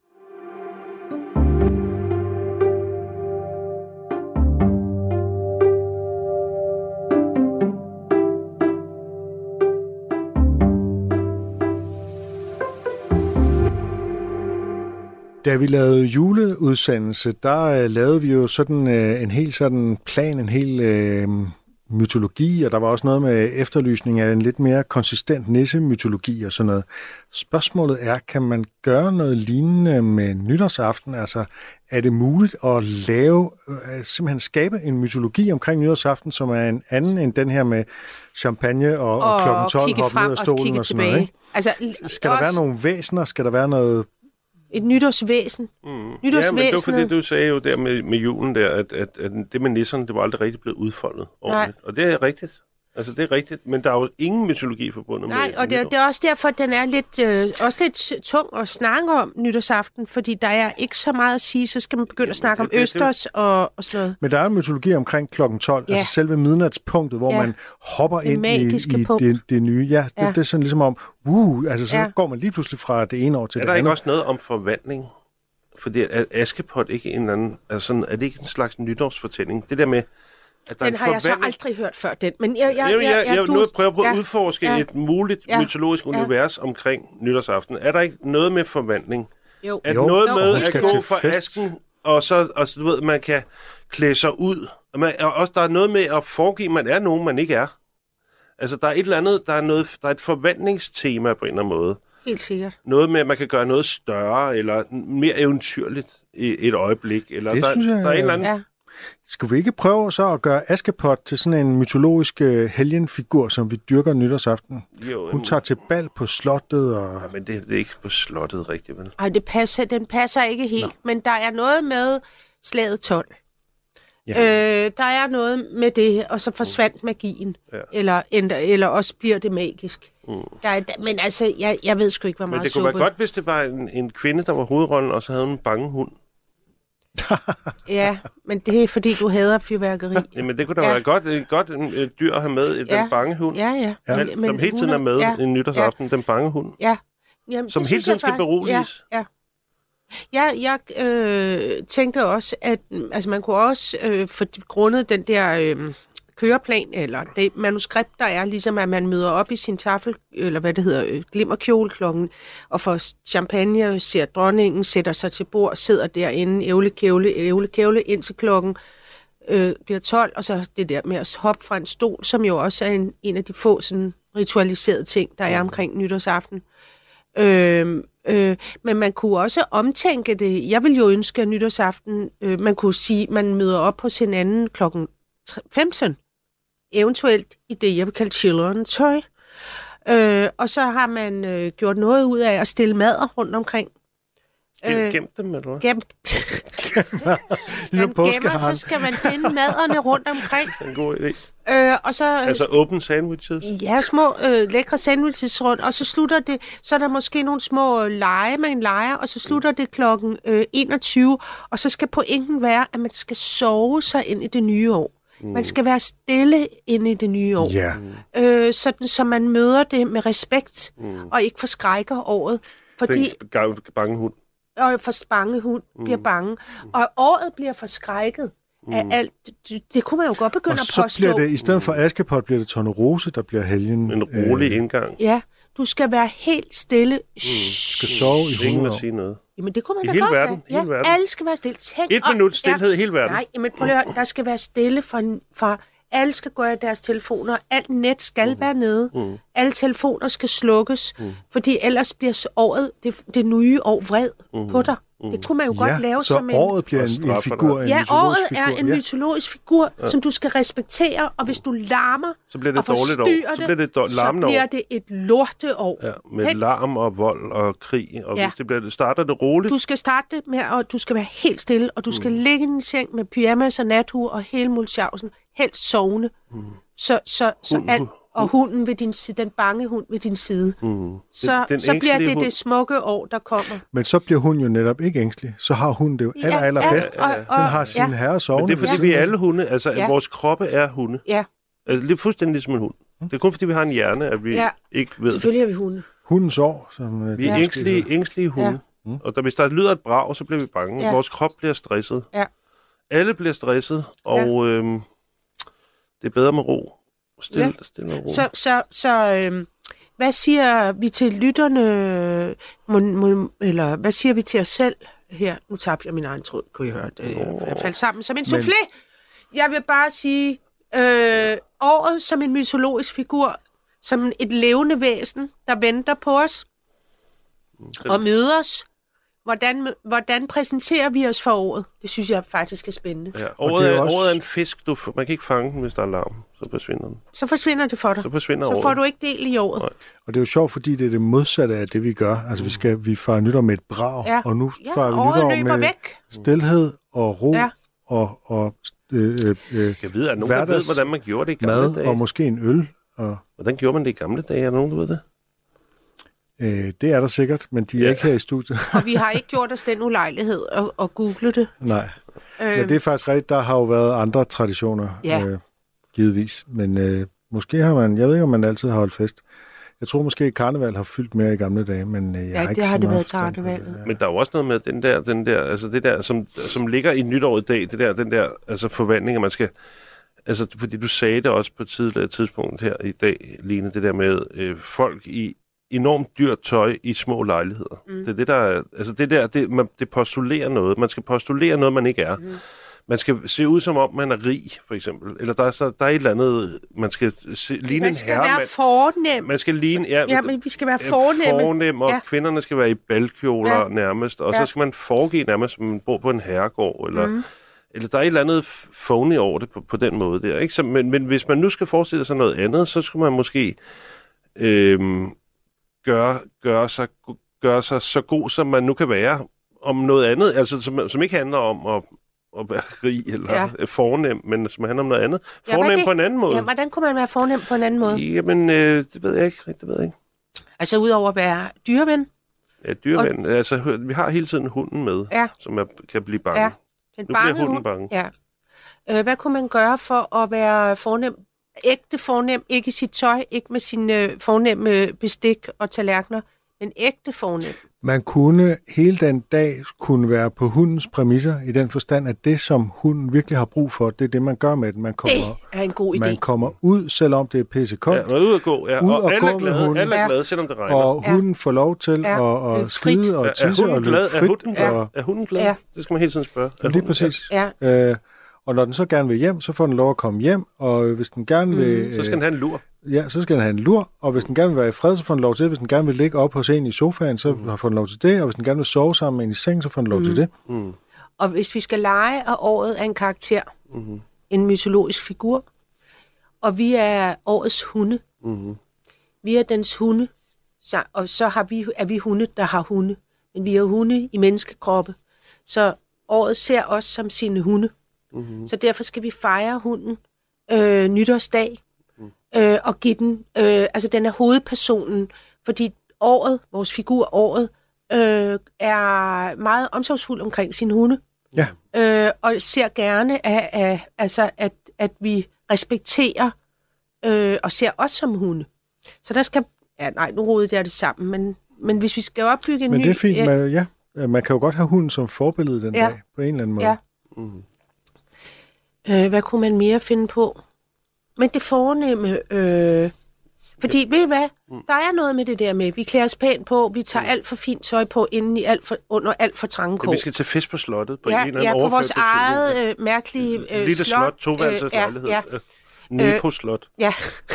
Da vi lavede juleudsendelse, der lavede vi jo sådan en helt sådan plan, en hel mytologi, og der var også noget med efterlysning af en lidt mere konsistent nissemytologi og sådan noget. Spørgsmålet er, kan man gøre noget lignende med nytårsaften? Altså, er det muligt at lave, simpelthen skabe en mytologi omkring nytårsaften, som er en anden end den her med champagne og klokken 12 hoppe ned af stolen og sådan noget, ikke? Altså, skal der være nogle væsener? Skal der være noget... Et nytårsvæsen. Nytårsvæsenet. Ja, men det var fordi, du sagde jo der med julen der, at det med nisserne, det var aldrig rigtig blevet udfoldet ordentligt. Og det er rigtigt. Altså, det er rigtigt, men der er jo ingen mytologi forbundet med det. Nej, og det er også derfor, at den er lidt tung at snakke om nytårsaften, fordi der er ikke så meget at sige, så skal man begynde at snakke om østers og sådan noget. Men der er en mytologi omkring klokken 12, altså selve midnatspunktet, hvor man hopper ind i det nye. Ja, det er sådan ligesom om, så går man lige pludselig fra det ene år til det andet. Er der ikke også noget om forvandling? Fordi er Askepot ikke en eller anden, altså sådan, er det ikke en slags nytårsfortælling? Det der med, den har jeg så aldrig hørt før, den. Men nu prøver på at udforske et muligt mytologisk univers omkring nytårsaften. Er der ikke noget med forvandling? Jo. At noget med at gå fra asken, og så du ved, man kan klæde sig ud. Og også der er noget med at foregive, man er nogen, man ikke er. Altså, der er et eller andet, der er et forvandlingstema på en eller anden måde. Helt sikkert. Noget med, at man kan gøre noget større, eller mere eventyrligt i et øjeblik. Eller det der synes jeg, der er en eller anden... Skal vi ikke prøve så at gøre Askepot til sådan en mytologisk helgenfigur, som vi dyrker nytårsaften? Jo, Hun tager til bal på slottet og... Ja, men det er ikke på slottet rigtigt, vel? Ej, den passer ikke helt, men der er noget med slaget 12. Ja. Der er noget med det, og så forsvandt magien. Ja. Eller også bliver det magisk. Men altså, jeg ved sgu ikke, hvor meget Men det kunne være godt, hvis det var en kvinde, der var hovedrollen, og så havde hun en bange hund. Ja, men det er fordi, du hader fyrværkeri. Jamen, det kunne da være godt en dyr at have med, den bange hund. Ja. Som hele tiden er med en nytårsaften, den bange hund. Ja. Jamen, som hele tiden skal beroliges. Ja. Jeg tænkte også, at altså, man kunne også for grundet den der køreplan, eller det manuskript, der er, ligesom at man møder op i sin tafel, eller hvad det hedder, glimmerkjoleklokken, og får champagne, ser dronningen, sætter sig til bord, sidder derinde, ævlekævle, indtil klokken bliver 12, og så det der med at hoppe fra en stol, som jo også er en af de få sådan ritualiserede ting, der er omkring nytårsaften. Men man kunne også omtænke det. Jeg vil jo ønske, at nytårsaften, man kunne sige, man møder op hos hinanden klokken 15. Eventuelt i det, jeg vil kalde children-tøj. Og så har man gjort noget ud af at stille mader rundt omkring. Gemt dem, eller hvad? Gemt. Man gemmer, så skal man finde maderne rundt omkring. Det er en god idé. Og så, altså open sandwiches? Ja, små lækre sandwiches rundt, og så slutter det, så er der måske nogle små lege, man leger, og så slutter det klokken 21, og så skal pointen være, at man skal sove sig ind i det nye år. Man skal være stille inde i det nye år. Yeah. Sådan, så man møder det med respekt, og ikke forskrækker året. Fordi den bange hund. Og for bange hund bliver bange. Og året bliver forskrækket af alt. Det kunne man jo godt begynde at påstå. Og så bliver det, i stedet for Askepot, bliver det Tornerose, der bliver helgen. En rolig indgang. Ja, du skal være helt stille. Skal sove i 100 år. Sige noget. Jamen, det kunne man I da hele godt verden, have. hele verden. Alle skal være stille. Tænk, 1 minut stillhed i hele verden. Nej, men prøv at høre, der skal være stille fra alle skal gå af deres telefoner. Alt net skal være nede. Alle telefoner skal slukkes, fordi ellers bliver året, det nye år, vred på dig. Det kunne man jo godt lave som en... så året bliver en figur, Ja, året er en mytologisk figur, som du skal respektere, og hvis du larmer så bliver det og forstyrrer så bliver det et lorteår. Ja, med larm og vold og krig, og hvis det starter det roligt... Du skal starte det med, at du skal være helt stille, og du skal ligge i en seng med pyjamas og nathue og hele multiausen, helst sovende, så alt... Og hunden ved din side, den bange hund ved din side. Så bliver det det smukke år, der kommer. Men så bliver hun jo netop ikke ængstelig. Så har hun det jo allerbedst. Den har sin herre sovende. Men det er fordi, vi er alle hunde. Altså, vores kroppe er hunde. Ja. Altså, det er fuldstændig ligesom en hund. Det er kun fordi, vi har en hjerne, at vi ikke ved selvfølgelig er vi hunde. Hundens år. Som vi er ængstlige hunde. Ja. Og hvis der lyder et brag, så bliver vi bange. Ja. Vores krop bliver stresset. Ja. Alle bliver stresset, og det er bedre med ro. Stille og ro. Så hvad siger vi til lytterne, eller hvad siger vi til os selv her? Nu tabte jeg min egen tråd, kunne I høre det? Jeg faldt sammen som en soufflé. Jeg vil bare sige, året som en mytologisk figur, som et levende væsen, der venter på os og møder os. Hvordan præsenterer vi os for året? Det synes jeg faktisk er spændende. Ja, året er en fisk. Man kan ikke fange den, hvis der er larm. Så forsvinder den. Så forsvinder det for dig. Så får du ikke del i året. Nej. Og det er jo sjovt, fordi det er det modsatte af det, vi gør. Altså, vi farer nytår med et brag, og nu farer vi nytår med stilhed og ro og jeg ved, at nogen ved, hvordan man gjorde det i gamle mad dage. Og måske en øl. Hvordan gjorde man det i gamle dage? Er der nogen, der ved det? Det er der sikkert, men de er ikke her i studiet. Og vi har ikke gjort os den ulejlighed at google det. Nej, men det er faktisk rigtigt. Der har jo været andre traditioner, givetvis. Men måske har man, jeg ved ikke, om man altid har holdt fest. Jeg tror måske, at karneval har fyldt mere i gamle dage, men jeg har ikke det har så det meget været karnevalet. Men der er jo også noget med den der, altså det der, som ligger i nytåret i dag, den der, altså forvandling, at man skal, altså fordi du sagde det også på et tidligere tidspunkt her i dag, Line, det der med folk i enormt dyrt tøj i små lejligheder. Det er det, der er, altså det postulerer noget. Man skal postulere noget, man ikke er. Man skal se ud, som om man er rig, for eksempel. Eller der er et eller andet, man skal ligne en herre. Man skal være fornem. Man skal ligne, men vi skal være fornem. Og kvinderne skal være i balkjoler nærmest. Og så skal man foregive nærmest, som man bor på en herregård. Eller, eller der er et eller andet phony over det på den måde der, ikke? Så, men hvis man nu skal forestille sig noget andet, så skulle man måske gøre sig så god, som man nu kan være om noget andet, altså som ikke handler om at være rig eller fornem, men som handler om noget andet. Fornem på en anden måde. Ja, hvordan kunne man være fornem på en anden måde? Jamen, det ved jeg ikke. Altså udover at være dyreven? Ja, dyreven. Altså, vi har hele tiden hunden med, som kan blive bange. Ja, nu bliver hunden bange. Ja. Hvad kunne man gøre for at være fornem? Ægte fornem, ikke i sit tøj, ikke med sine fornemme bestik og tallerkener, men ægte fornem. Man kunne hele den dag kunne være på hundens præmisser, i den forstand, at det, som hunden virkelig har brug for, det er det, man gør med den. Det er en god idé. Man kommer ud, selvom det er pissekoldt. Ja, man er ude at gå, og alle er glade, selvom det regner. Og hunden får lov til at skide og tisse og løbe frit. Er hunden glad? Ja. Det skal man hele tiden spørge. Lige præcis. Ja. Og når den så gerne vil hjem, så får den lov at komme hjem, og hvis den gerne vil... Så skal den have en lur. Ja, så skal den have en lur, og hvis den gerne vil være i fred, så får den lov til det. Hvis den gerne vil ligge op hos en i sofaen, så får den lov til det, og hvis den gerne vil sove sammen med en i seng, så får den lov til det. Og hvis vi skal lege, og året er en karakter, en mytologisk figur, og vi er årets hunde, vi er dens hunde, og så er vi hunde, der har hunde, men vi er hunde i menneskekroppe, så året ser os som sine hunde. Så derfor skal vi fejre hunden nytårsdag og give den, altså den er hovedpersonen, fordi året, vores figur året, er meget omsorgsfuld omkring sin hunde. Ja. Og ser gerne, at vi respekterer og ser os som hunde. Så der skal, nu rodede jeg det sammen, men hvis vi skal opbygge en ny... Men det er fint, man kan jo godt have hunden som forbillede den dag, på en eller anden måde. Ja. Hvad kunne man mere finde på? Men det fornemme... Fordi, ved I hvad? Der er noget med det der med, vi klæder os pænt på, vi tager alt for fint tøj på, under alt for trange kår. Vi skal til fest på slottet, på en eller anden på vores eget mærkelige lille slot, toværelses lejlighed. Nepo-slot. Ja.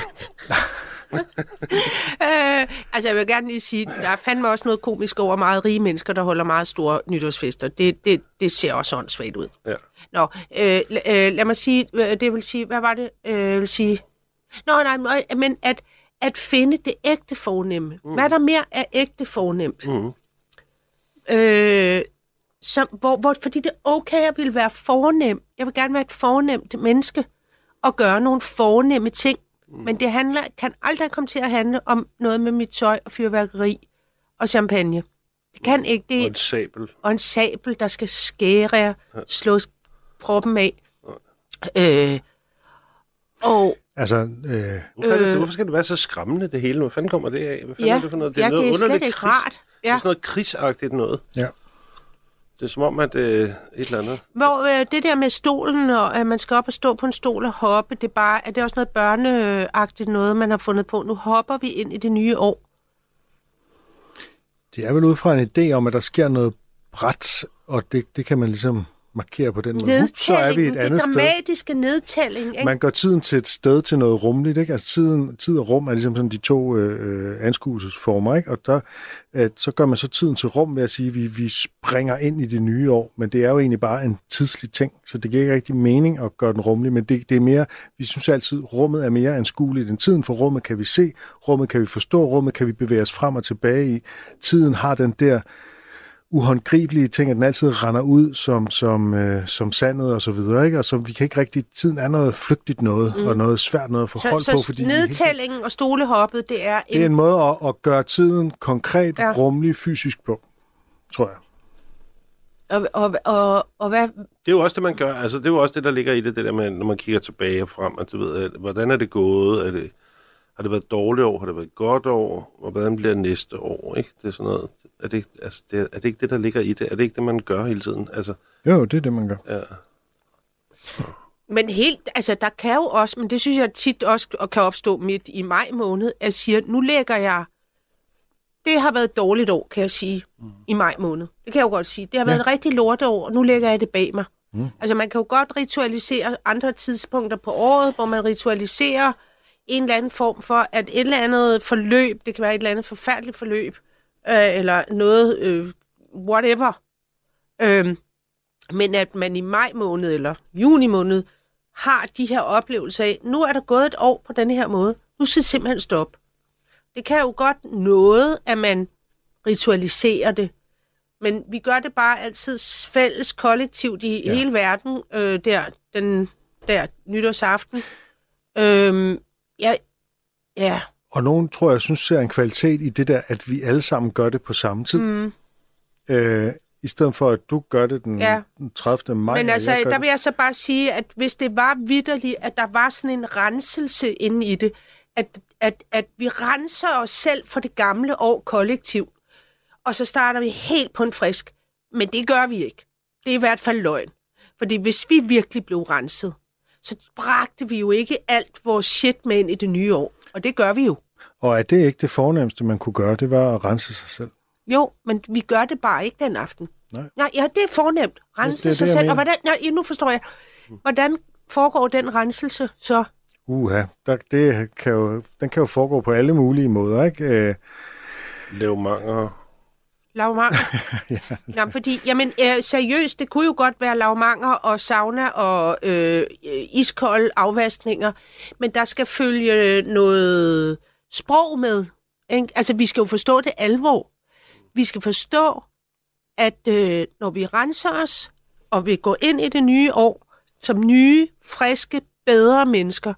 Altså, jeg vil gerne lige sige, der er fandme også noget komisk over meget rige mennesker, der holder meget store nytårsfester. Det ser også åndssvagt ud. Ja. Nå, lad mig sige, det vil sige, hvad var det? Jeg vil sige... men at finde det ægte fornemme. Hvad der mere er ægte fornemt? Fordi det er okay at ville være fornem. Jeg vil gerne være et fornemt menneske og gøre nogle fornemme ting. Men det kan aldrig komme til at handle om noget med mit tøj og fyrværkeri og champagne. Det kan ikke. Det og en sabel. Og en sabel, der skal skære slå proppen af. Altså, hvorfor skal det være så skræmmende, det hele? Hvad fanden kommer det af? Hvad fanden er det for noget? Det er noget det er underligt ikke rart. Det er sådan noget krigsagtigt noget. Ja. Det er som om, at et eller andet... Hvor det der med stolen, og at man skal op og stå på en stol og hoppe, det er det også noget børneagtigt noget, man har fundet på. Nu hopper vi ind i det nye år. Det er vel ud fra en idé om, at der sker noget bræt, og det kan man ligesom markere på den måde. Så er vi et andet sted. Det dramatiske nedtælling, ikke? Man gør tiden til et sted til noget rumligt, ikke? Altså tid og rum er ligesom sådan de to anskuelsesformer, ikke? Og der, så gør man så tiden til rum ved at sige, at vi springer ind i det nye år, men det er jo egentlig bare en tidslig ting, så det giver ikke rigtig mening at gøre den rummelig, men det er mere, vi synes altid, rummet er mere anskueligt end tiden, for rummet kan vi se, rummet kan vi forstå, rummet kan vi bevæge os frem og tilbage i. Tiden har den der uhåndgribelige ting, at den altid render ud som sandet og så videre, ikke? Og så vi kan ikke rigtig... Tiden er noget flygtigt noget, og noget svært noget at forholde på, fordi... Så nedtællingen og stolehoppet, det er en måde at gøre tiden konkret, rummelig, fysisk på, tror jeg. Og hvad... Det er jo også det, man gør. Altså, det er jo også det, der ligger i det der med, når man kigger tilbage og frem, at du ved, hvordan er det gået? Har det været et dårligt år? Har det været et godt år? Og hvordan bliver det næste år? Ikke? Det er sådan noget... Er det ikke det, der ligger i det? Er det ikke det, man gør hele tiden? Altså, jo, det er det, man gør. Ja. Men der kan jo også, men det synes jeg tit også kan opstå midt i maj måned, at jeg siger, nu lægger jeg... Det har været et dårligt år, kan jeg sige, i maj måned. Det kan jeg jo godt sige. Det har været et rigtig lorteår, og nu lægger jeg det bag mig. Altså, man kan jo godt ritualisere andre tidspunkter på året, hvor man ritualiserer en eller anden form for, at et eller andet forløb, det kan være et eller andet forfærdeligt forløb, eller noget, whatever, Men at man i maj måned eller juni måned har de her oplevelser af, nu er der gået et år på den her måde, nu skal det simpelthen stoppe. Det kan jo godt noget, at man ritualiserer det, men vi gør det bare altid fælles kollektivt i hele verden, den der nytårsaften. Ja. Og nogen, tror jeg, synes, ser en kvalitet i det der, at vi alle sammen gør det på samme tid. I stedet for, at du gør det den 30. maj. Men altså, der vil jeg så bare sige, at hvis det var vitterligt, at der var sådan en renselse inde i det, at vi renser os selv for det gamle år kollektivt, og så starter vi helt på en frisk. Men det gør vi ikke. Det er i hvert fald løgn. Fordi hvis vi virkelig blev renset, så bragte vi jo ikke alt vores shit med ind i det nye år. Og det gør vi jo. Og er det ikke det fornemmeste, man kunne gøre? Det var at rense sig selv. Jo, men vi gør det bare ikke den aften. Nej, ja, det er fornemt. Rense sig selv. Og hvordan, nu forstår jeg. Hvordan foregår den renselse så? Den kan jo foregå på alle mulige måder, ikke? Lavmanger. Jamen, fordi, seriøst, det kunne jo godt være lavmanger og sauna og iskolde afvaskninger, men der skal følge noget sprog med. Ikke? Altså, vi skal jo forstå det alvor. Vi skal forstå, at når vi renser os, og vi går ind i det nye år, som nye, friske, bedre mennesker,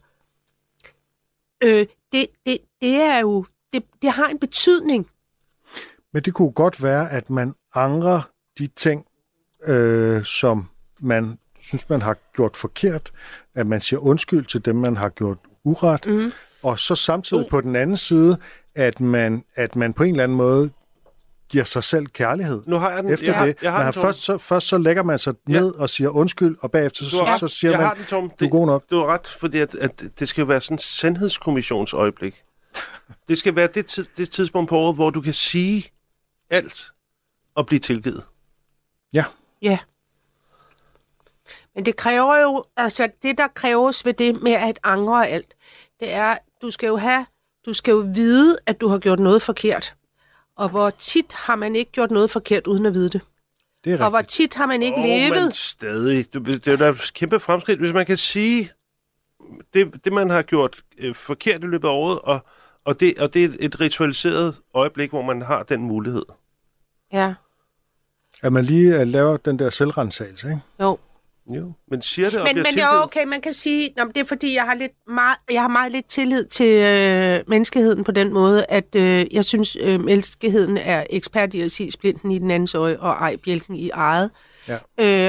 det er jo, det har en betydning. Men det kunne godt være, at man angrer de ting, som man synes, man har gjort forkert, at man siger undskyld til dem, man har gjort uret, og så samtidig på den anden side, at man på en eller anden måde giver sig selv kærlighed. Nu har jeg den. Efter det. Først så lægger man sig ned og siger undskyld, og bagefter så siger man, du er god nok. Du har ret, fordi at det skal være sådan en sandhedskommissionsøjeblik. Det skal være det tidspunkt på året, hvor du kan sige alt og blive tilgivet. Ja. Men det kræver jo, altså det der kræves ved det med at angre alt, det er, du skal jo vide, at du har gjort noget forkert. Og hvor tit har man ikke gjort noget forkert, uden at vide det? Det er rigtigt. Og hvor tit har man ikke levet? Men stadig. Det er jo da et kæmpe fremskridt, hvis man kan sige, det man har gjort forkert i løbet af året, og det er et ritualiseret øjeblik, hvor man har den mulighed. Ja. At man lige laver den der selvrensagelse, ikke? Jo. Men siger det, og men det er okay, man kan sige, det er fordi, jeg har meget lidt tillid til menneskeheden på den måde, at jeg synes, menneskeheden er ekspert i at sige splinten i den andens øje, og ej bjælken i eget. Ja.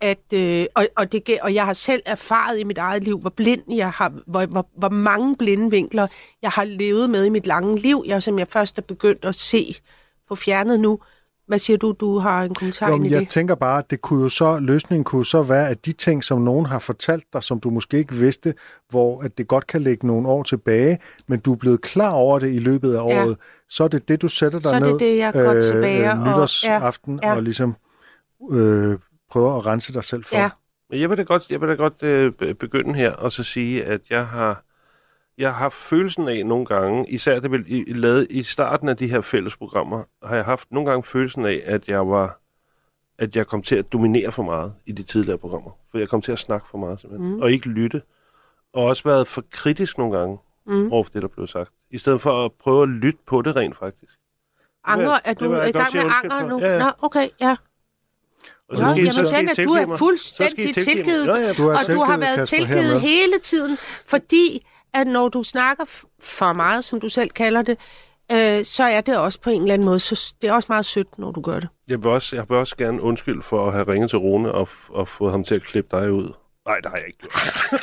Og jeg har selv erfaret i mit eget liv, hvor blind jeg har, hvor mange blinde vinkler jeg har levet med i mit lange liv, som jeg først er begyndt at se på fjernet nu. Hvad siger du? Du har en kommentar ind i det? Jeg tænker bare, at løsningen kunne så være, at de ting, som nogen har fortalt dig, som du måske ikke vidste, hvor at det godt kan ligge nogle år tilbage, men du er blevet klar over det i løbet af året, så er det du sætter dig ned det, jeg går tilbage nytårsaften og ligesom prøver at rense dig selv for. Ja. Men jeg vil da godt begynde her og så sige, at jeg har følelsen af nogle gange, især det vel lavet i starten af de her fællesprogrammer, har jeg haft nogle gange følelsen af, at jeg kom til at dominere for meget i de tidligere programmer. For jeg kom til at snakke for meget simpelthen, og ikke lytte. Og også været for kritisk nogle gange over det, der blev sagt. I stedet for at prøve at lytte på det rent faktisk. Anger? Er du i gang med anger nu? Ja. Nå, okay, ja. Og så du er fuldstændig tilgivet, og du har været tilgivet hele tiden, fordi at når du snakker for meget, som du selv kalder det, så er det også på en eller anden måde, så det er også meget sødt, når du gør det. Jeg vil også gerne undskylde for at have ringet til Rune og fået ham til at klippe dig ud. Nej, det har jeg ikke gjort.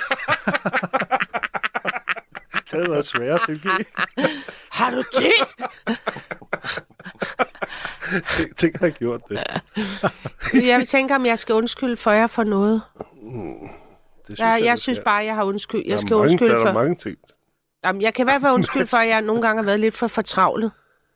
Det havde været svært at tilgive. Har du det? Tænk, at jeg har gjort det. Jeg tænker, om jeg skal undskylde for jer for noget. Jeg synes bare, jeg har undskyldt. Jeg skal undskylde for... Der er mange ting. Jamen, jeg kan i hvert fald undskylde for, at jeg nogle gange har været lidt for fortravlet.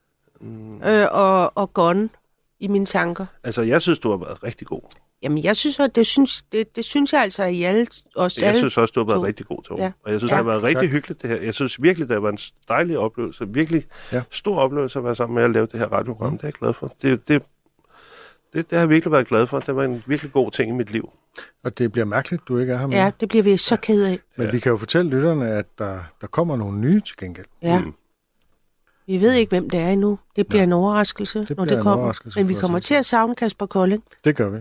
Og gone i mine tanker. Altså, jeg synes, du har været rigtig god. Jamen, jeg synes, det synes jeg altså i alle... Jeg synes også, du har været rigtig god, Torben. Ja. Og jeg synes, det har været rigtig hyggeligt, det her. Jeg synes virkelig, det har været en dejlig oplevelse. Virkelig stor oplevelse at være sammen med at lave det her radioprogram. Det er jeg glad for. Det har jeg virkelig været glad for. Det var en virkelig god ting i mit liv. Og det bliver mærkeligt, du ikke er her med. Ja, det bliver vi så ked af. Men vi kan jo fortælle lytterne, at der kommer nogle nye til gengæld. Ja. Vi ved ikke, hvem det er endnu. Det bliver en overraskelse, når det kommer. Men vi kommer til at savne Kasper Kolding. Det gør vi.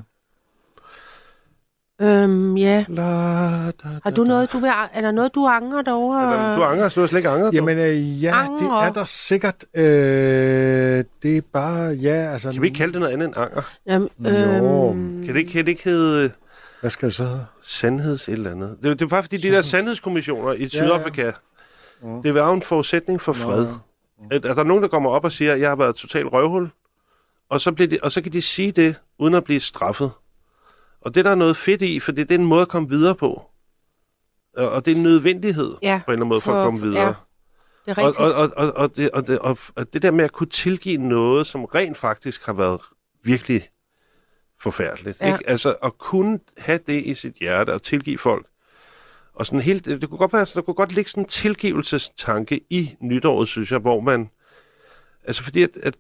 Ja. Har du noget, er der noget, du angrer derovre? Du angrer, så du har slet ikke angret. Jamen det er der sikkert. Det er bare, altså... Kan vi ikke kalde det noget andet end anger? Jamen, Kan det ikke hedde... Hvad skal det så hedde? Sandheds et eller andet. Det er bare fordi, de der sandhedskommissioner i Sydafrika, det var jo en forudsætning for fred. At der er nogen, der kommer op og siger, at jeg har været totalt røvhul, og så kan de sige det, uden at blive straffet. Og det der er noget fedt i, for det er en måde at komme videre på. Og det er en nødvendighed på en eller anden måde for at komme videre. Ja, det er rigtigt. Og det der med at kunne tilgive noget, som rent faktisk har været virkelig forfærdeligt. Ja. Ikke? Altså at kunne have det i sit hjerte og tilgive folk. Og sådan helt, det kunne godt være, der kunne godt ligge sådan en tilgivelsestanke i nytåret, synes jeg, hvor man... Altså fordi at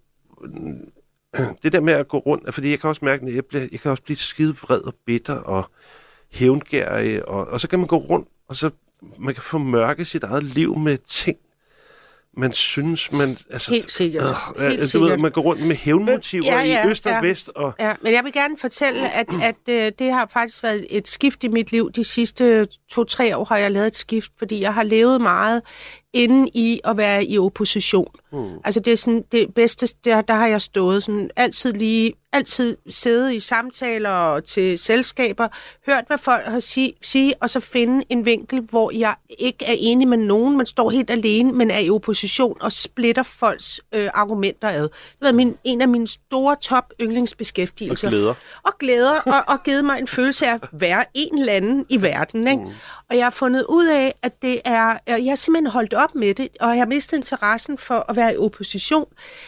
det der med at gå rundt, fordi jeg kan også mærke, at jeg kan også blive skide vred og bitter og hævngærig, og så kan man gå rundt, og så man kan formørke sit eget liv med ting, man synes, man... Altså, helt sikkert. Helt sikkert. Ved, man går rundt med hævnmotiver i øst og vest. Og... Ja, men jeg vil gerne fortælle, at det har faktisk været et skift i mit liv. De sidste 2-3 år har jeg lavet et skift, fordi jeg har levet meget inden i at være i opposition. Altså det er sådan det bedste, der har jeg stået sådan altid siddet i samtaler og til selskaber, hørt hvad folk har sige, og så finde en vinkel, hvor jeg ikke er enig med nogen, man står helt alene, men er i opposition og splitter folks argumenter ad. Det var en af mine store top yndlingsbeskæftigelser. Og glæder. Og givet mig en følelse af at være en eller anden i verden. Ikke? Og jeg har fundet ud af, at det er... Jeg har simpelthen holdt op med det, og jeg har mistet interessen for at være i opposition.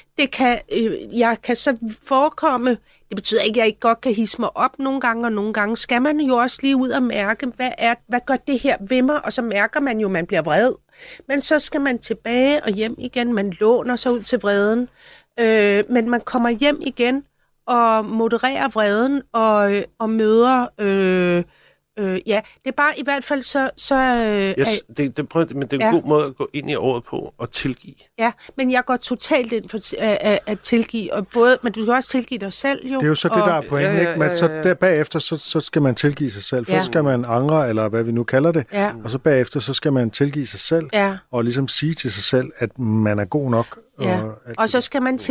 Jeg kan så forekomme... Det betyder ikke, at jeg ikke godt kan hisse mig op nogle gange, og nogle gange skal man jo også lige ud og mærke, hvad gør det her ved mig? Og så mærker man jo, at man bliver vred. Men så skal man tilbage og hjem igen. Man låner sig ud til vreden. Men man kommer hjem igen og modererer vreden og møder... ja, det er bare i hvert fald så det er en god måde at gå ind i året på og tilgive. Ja, men jeg går totalt ind for at tilgive, og men du kan også tilgive dig selv, jo. Det er jo så det, der er pointen, ikke? Men så der bagefter, så skal man tilgive sig selv. Først skal man angre, eller hvad vi nu kalder det, og så bagefter, så skal man tilgive sig selv, og ligesom sige til sig selv, at man er god nok. Ja. Og så skal man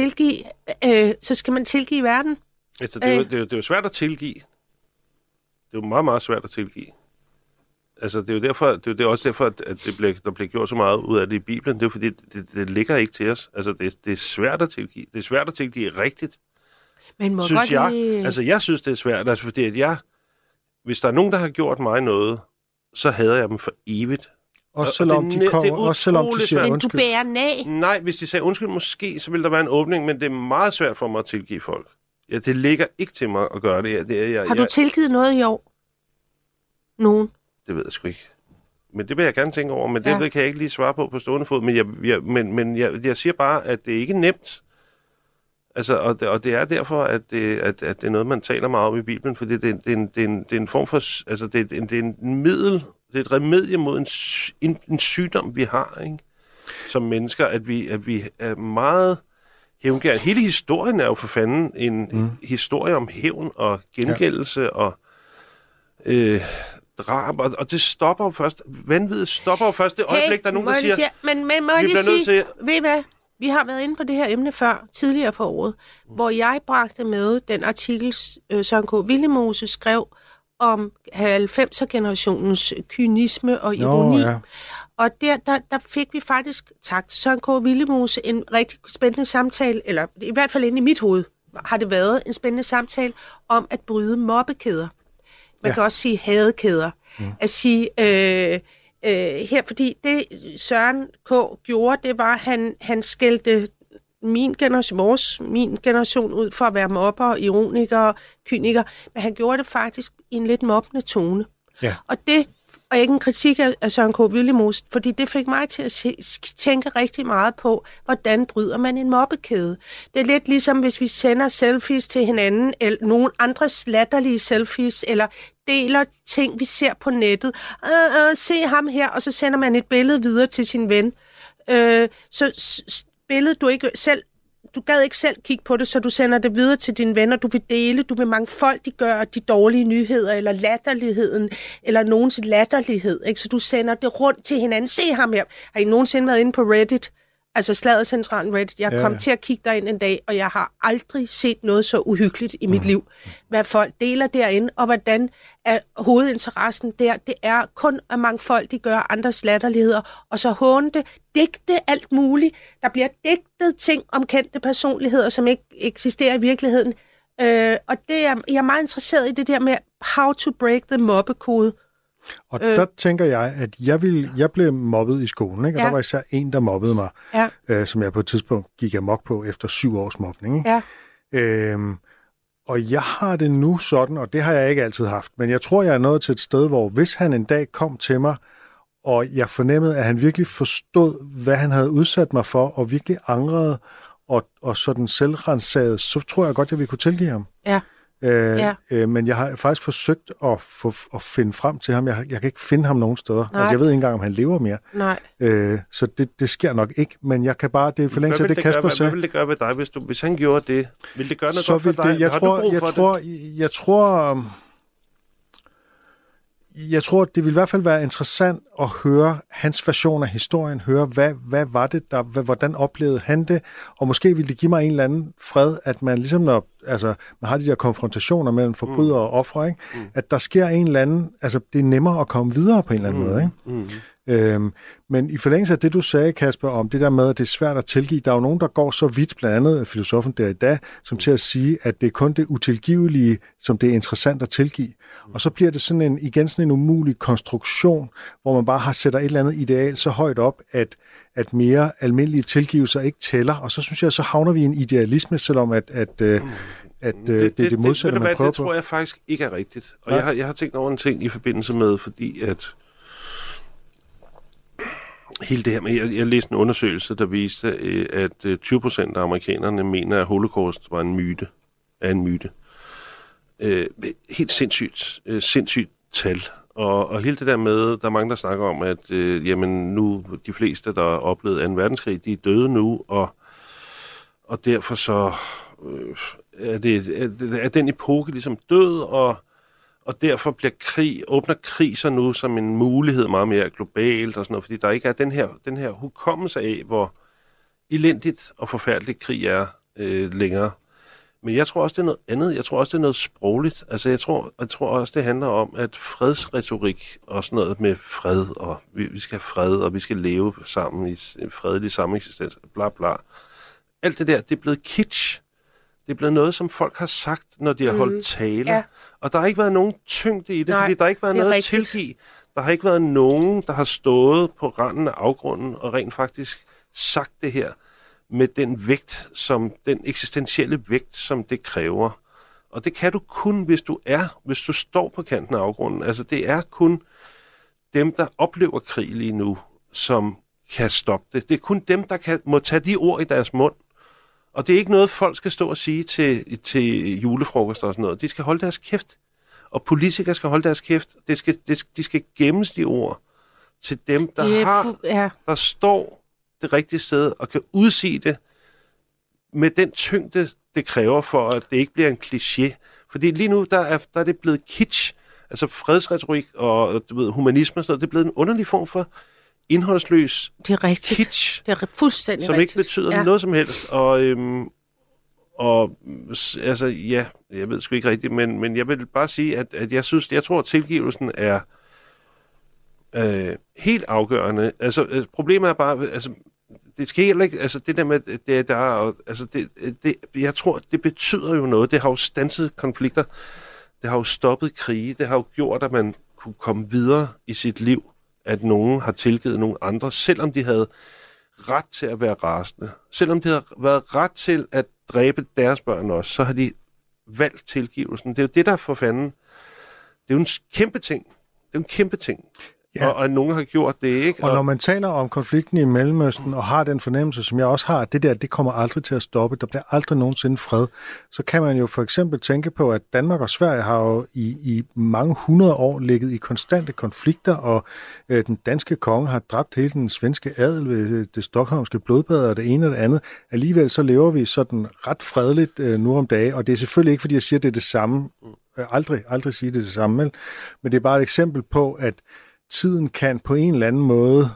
tilgive verden. Altså, det er jo svært at tilgive. Det er jo meget, meget svært at tilgive. Altså, det er jo også derfor, at der bliver gjort så meget ud af det i Bibelen. Det er jo fordi, det ligger ikke til os. Altså, det er svært at tilgive. Det er svært at tilgive rigtigt. Men synes jeg. Altså, jeg synes, det er svært. Altså, fordi at hvis der er nogen, der har gjort mig noget, så hader jeg dem for evigt. Også selvom de kommer, også selvom de siger undskyld. Men du bærer nag. Nej, hvis de sagde undskyld, måske, så ville der være en åbning, men det er meget svært for mig at tilgive folk. Ja, det ligger ikke til mig at gøre det. Har du tilgivet noget i år? Nogen? Det ved jeg sgu ikke. Men det vil jeg gerne tænke over, men det kan jeg ikke lige svare på stående fod. Men jeg siger bare, at det er ikke nemt. Altså, og det er derfor, at det er noget, man taler meget om i Bibelen, fordi det er en form for... Altså, det er en middel, det er et remedie mod en sygdom, vi har, ikke? Som mennesker, at vi er meget... hævngærende. Hele historien er jo for fanden en historie om hævn og gengældelse og drab, og det stopper jo først. Vanvittigt stopper jo først det øjeblik, der er nogen, der siger... Men må jeg lige sige, ved I hvad? Vi har været inde på det her emne før, tidligere på året, hvor jeg bragte med den artikel, Søren K. Willemoes skrev om 90'er-generationens kynisme og ironi. Ja. Og der fik vi faktisk, tak til Søren K. Willemoes, en rigtig spændende samtale, eller i hvert fald inde i mit hoved har det været en spændende samtale om at bryde mobbekæder. Man kan også sige hadekæder. At sige, her, fordi det Søren K. gjorde, det var, han skældte min generation ud for at være mobber, ironikere, kynikere, men han gjorde det faktisk i en lidt mobbende tone. Ja. Og det og ikke en kritik af Søren K. Willemoes, fordi det fik mig til at tænke rigtig meget på, hvordan bryder man en mobbekæde. Det er lidt ligesom, hvis vi sender selfies til hinanden, eller nogen andres latterlige selfies, eller deler ting, vi ser på nettet. Se ham her, og så sender man et billede videre til sin ven. Så billedet, du gad ikke selv kigge på det, så du sender det videre til dine venner, du vil dele, du vil mangfoldiggøre de dårlige nyheder, eller latterligheden, eller nogens latterlighed, ikke? Så du sender det rundt til hinanden. Se ham her. Har I nogensinde været inde på Reddit? Altså Sladdercentralen Reddit. Jeg kom til at kigge derind en dag, og jeg har aldrig set noget så uhyggeligt i mit liv. Hvad folk deler derinde, og hvordan er hovedinteressen der. Det er kun at mangfoldiggøre andres latterligheder, og så håne det, digte alt muligt. Der bliver digtet ting om kendte personligheder, som ikke eksisterer i virkeligheden. Og det er, jeg er meget interesseret i det der med how to break the mobbekode. Og der tænker jeg, at jeg blev mobbet i skolen, ikke? Og der var især en, der mobbede mig, som jeg på et tidspunkt gik amok på efter 7 års mobning. Ikke? Ja. Og jeg har det nu sådan, og det har jeg ikke altid haft, men jeg tror, jeg er nået til et sted, hvor hvis han en dag kom til mig, og jeg fornemmede, at han virkelig forstod, hvad han havde udsat mig for, og virkelig angrede, og sådan selvrensagede, så tror jeg godt, jeg ville kunne tilgive ham. Ja. Men jeg har faktisk forsøgt at finde frem til ham. Jeg kan ikke finde ham nogen steder. Altså, jeg ved ikke engang, om han lever mere. Nej. Så det sker nok ikke. Men jeg kan bare... Det er forlængelse af det, Kasper sagde. Hvad ville det gøre ved dig, hvis han gjorde det? Ville det gøre noget godt for dig? Jeg tror, det vil i hvert fald være interessant at høre hans version af historien, høre, hvad var det, hvordan oplevede han det, og måske ville det give mig en eller anden fred, at man ligesom, når man har de der konfrontationer mellem forbrydere og ofre, ikke? At der sker en eller anden, altså det er nemmere at komme videre på en eller anden måde, ikke? Men i forlængelse af det, du sagde, Kasper, om det der med, at det er svært at tilgive, der er jo nogen, der går så vidt, blandt andet filosofen der i dag, som til at sige, at det er kun det utilgivelige, som det er interessant at tilgive. Og så bliver det sådan en umulig konstruktion, hvor man bare sætter et eller andet ideal så højt op, at mere almindelige tilgivelser ikke tæller. Og så synes jeg, så havner vi i en idealisme, selvom at det er det modsatte, man prøver på. Det tror jeg faktisk ikke er rigtigt. Og jeg har tænkt over en ting i forbindelse med, fordi at hele det her med, jeg læste en undersøgelse, der viste, at 20% af amerikanerne mener, at Holocaust var en myte. Helt sindssygt tal. Og hele det der med, der er mange, der snakker om, at jamen nu, de fleste, der oplevede 2. verdenskrig, de er døde nu, og derfor så er den epoke ligesom død, og derfor åbner krig så nu som en mulighed meget mere globalt og sådan noget, fordi der ikke er den her hukommelse af, hvor elendigt og forfærdeligt krig er længere. Men jeg tror også, det er noget andet. Jeg tror også, det er noget sprogligt. Altså, jeg tror også, det handler om, at fredsretorik og sådan noget med fred, og vi skal have fred, og vi skal leve sammen i en fredelig sameksistens, bla bla. Alt det der, det er blevet kitsch. Det er blevet noget, som folk har sagt, når de har holdt taler. Ja. Og der har ikke været nogen tyngde i det, fordi der har ikke været noget at tilgive. Der har ikke været nogen, der har stået på randen af afgrunden og rent faktisk sagt det her med den vægt, den eksistentielle vægt, som det kræver. Og det kan du kun, hvis du står på kanten af afgrunden. Altså, det er kun dem, der oplever krig lige nu, som kan stoppe det. Det er kun dem, der må tage de ord i deres mund. Og det er ikke noget, folk skal stå og sige til julefrokoster og sådan noget. De skal holde deres kæft. Og politikere skal holde deres kæft. De skal gemmes de ord til dem, der står det rigtige sted og kan udsige det med den tyngde, det kræver for, at det ikke bliver en kliché. Fordi lige nu, der er det blevet kitsch. Altså fredsretorik og humanisme og sådan noget, det er blevet en underlig form for indholdsløs kitsch. Det er fuldstændig som ikke betyder noget som helst. Og altså, ja, jeg ved sgu ikke rigtigt, men jeg vil bare sige, at jeg tror, at tilgivelsen er helt afgørende. Altså, problemet er bare, altså, det skal heller ikke, altså det der med, jeg tror, det betyder jo noget. Det har jo standset konflikter. Det har jo stoppet krige. Det har jo gjort, at man kunne komme videre i sit liv. At nogen har tilgivet nogle andre, selvom de havde ret til at være rasende. Selvom de havde været ret til at dræbe deres børn også, så har de valgt tilgivelsen. Det er jo det, der for fanden. Det er jo en kæmpe ting. er en kæmpe ting. Ja. Og nogen har gjort det, ikke? Og når man taler om konflikten i Mellemøsten, og har den fornemmelse, som jeg også har, at det kommer aldrig til at stoppe, der bliver aldrig nogensinde fred, så kan man jo for eksempel tænke på, at Danmark og Sverige har jo i mange hundrede år ligget i konstante konflikter, og den danske konge har dræbt hele den svenske adel ved det stockholmske blodbad og det ene og det andet. Alligevel så lever vi sådan ret fredeligt nu om dagen, og det er selvfølgelig ikke, fordi jeg siger, at det er det samme. Aldrig sige det samme, men det er bare et eksempel på, at tiden kan på en eller anden måde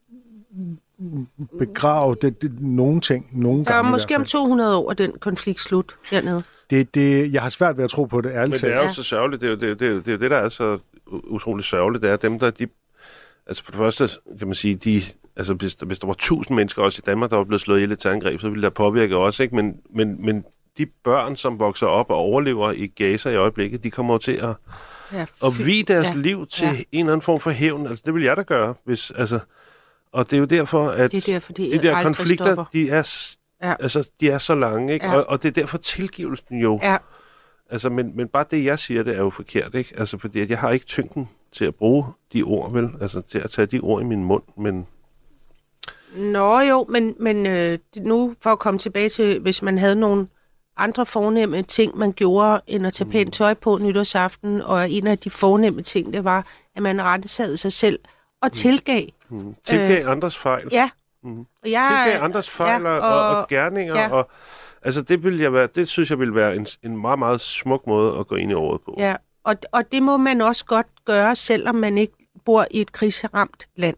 begrave nogle ting, nogle gange. Der er måske om 200 år, den konflikt slut hernede. Jeg har svært ved at tro på det, ærligt talt. Men det er jo så sørgeligt. Det er jo det, der er så utroligt sørgeligt. Det er dem, der altså på det første, kan man sige, hvis der var 1000 mennesker også i Danmark, der var blevet slået ihjel i terrorangreb, så ville der påvirke også, ikke? Men de børn, som vokser op og overlever i Gaza i øjeblikket, de kommer til at vie deres liv til en eller anden form for hævn. Altså, det vil jeg da gøre, hvis, altså... Og det er jo derfor, at det er derfor, de der konflikter, de er så lange, ikke? Ja. Og det er derfor tilgivelsen jo... Ja. Altså, men bare det, jeg siger, det er jo forkert, ikke? Altså, fordi jeg har ikke tyngden til at bruge de ord, vel? Altså, til at tage de ord i min mund, men... Nå jo, men nu for at komme tilbage til, hvis man havde nogle andre fornemme ting, man gjorde, end at tage pænt tøj på nytårsaften, og en af de fornemme ting, det var, at man rettesagde sig selv og tilgav. Tilgav andres fejl. Ja. Tilgav andres fejl og gerninger. Ja. Og, altså, det synes jeg ville være en meget, meget smuk måde at gå ind i året på. Ja, og det må man også godt gøre, selvom man ikke bor i et krigsramt land.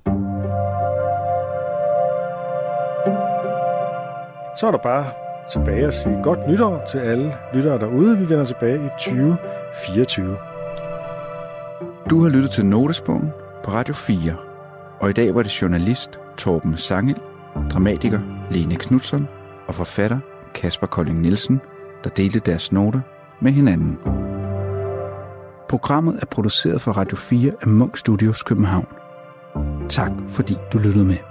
Så er der bare tilbage at sige godt nytår til alle lyttere derude. Vi vender tilbage i 2024. Du har lyttet til Notesbogen på Radio 4. Og i dag var det journalist Torben Sangil, dramatiker Lene Knutzon og forfatter Kasper Kolding Nielsen, der delte deres noter med hinanden. Programmet er produceret for Radio 4 af Munch Studios København. Tak fordi du lyttede med.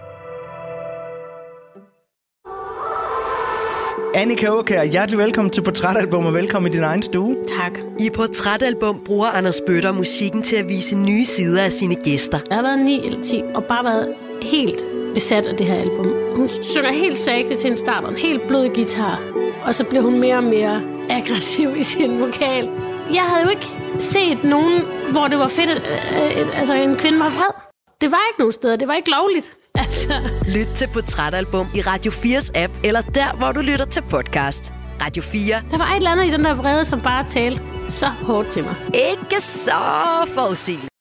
Annika Aakjær, hjertelig velkommen til Portrætalbum, og velkommen i din egen stue. Tak. I Portrætalbum bruger Anders Bøtter musikken til at vise nye sider af sine gæster. Jeg har været 9 eller 10 og bare været helt besat af det her album. Hun synger helt sagte til en start og en helt blød guitar, og så blev hun mere og mere aggressiv i sin vokal. Jeg havde jo ikke set nogen, hvor det var fedt, at en kvinde var vred. Det var ikke nogen steder, det var ikke lovligt. Altså. Lyt til Portrætalbum i Radio 4's app, eller der, hvor du lytter til podcast. Radio 4. Der var et eller andet i den der vrede, som bare talte så hårdt til mig. Ikke så forudsigeligt.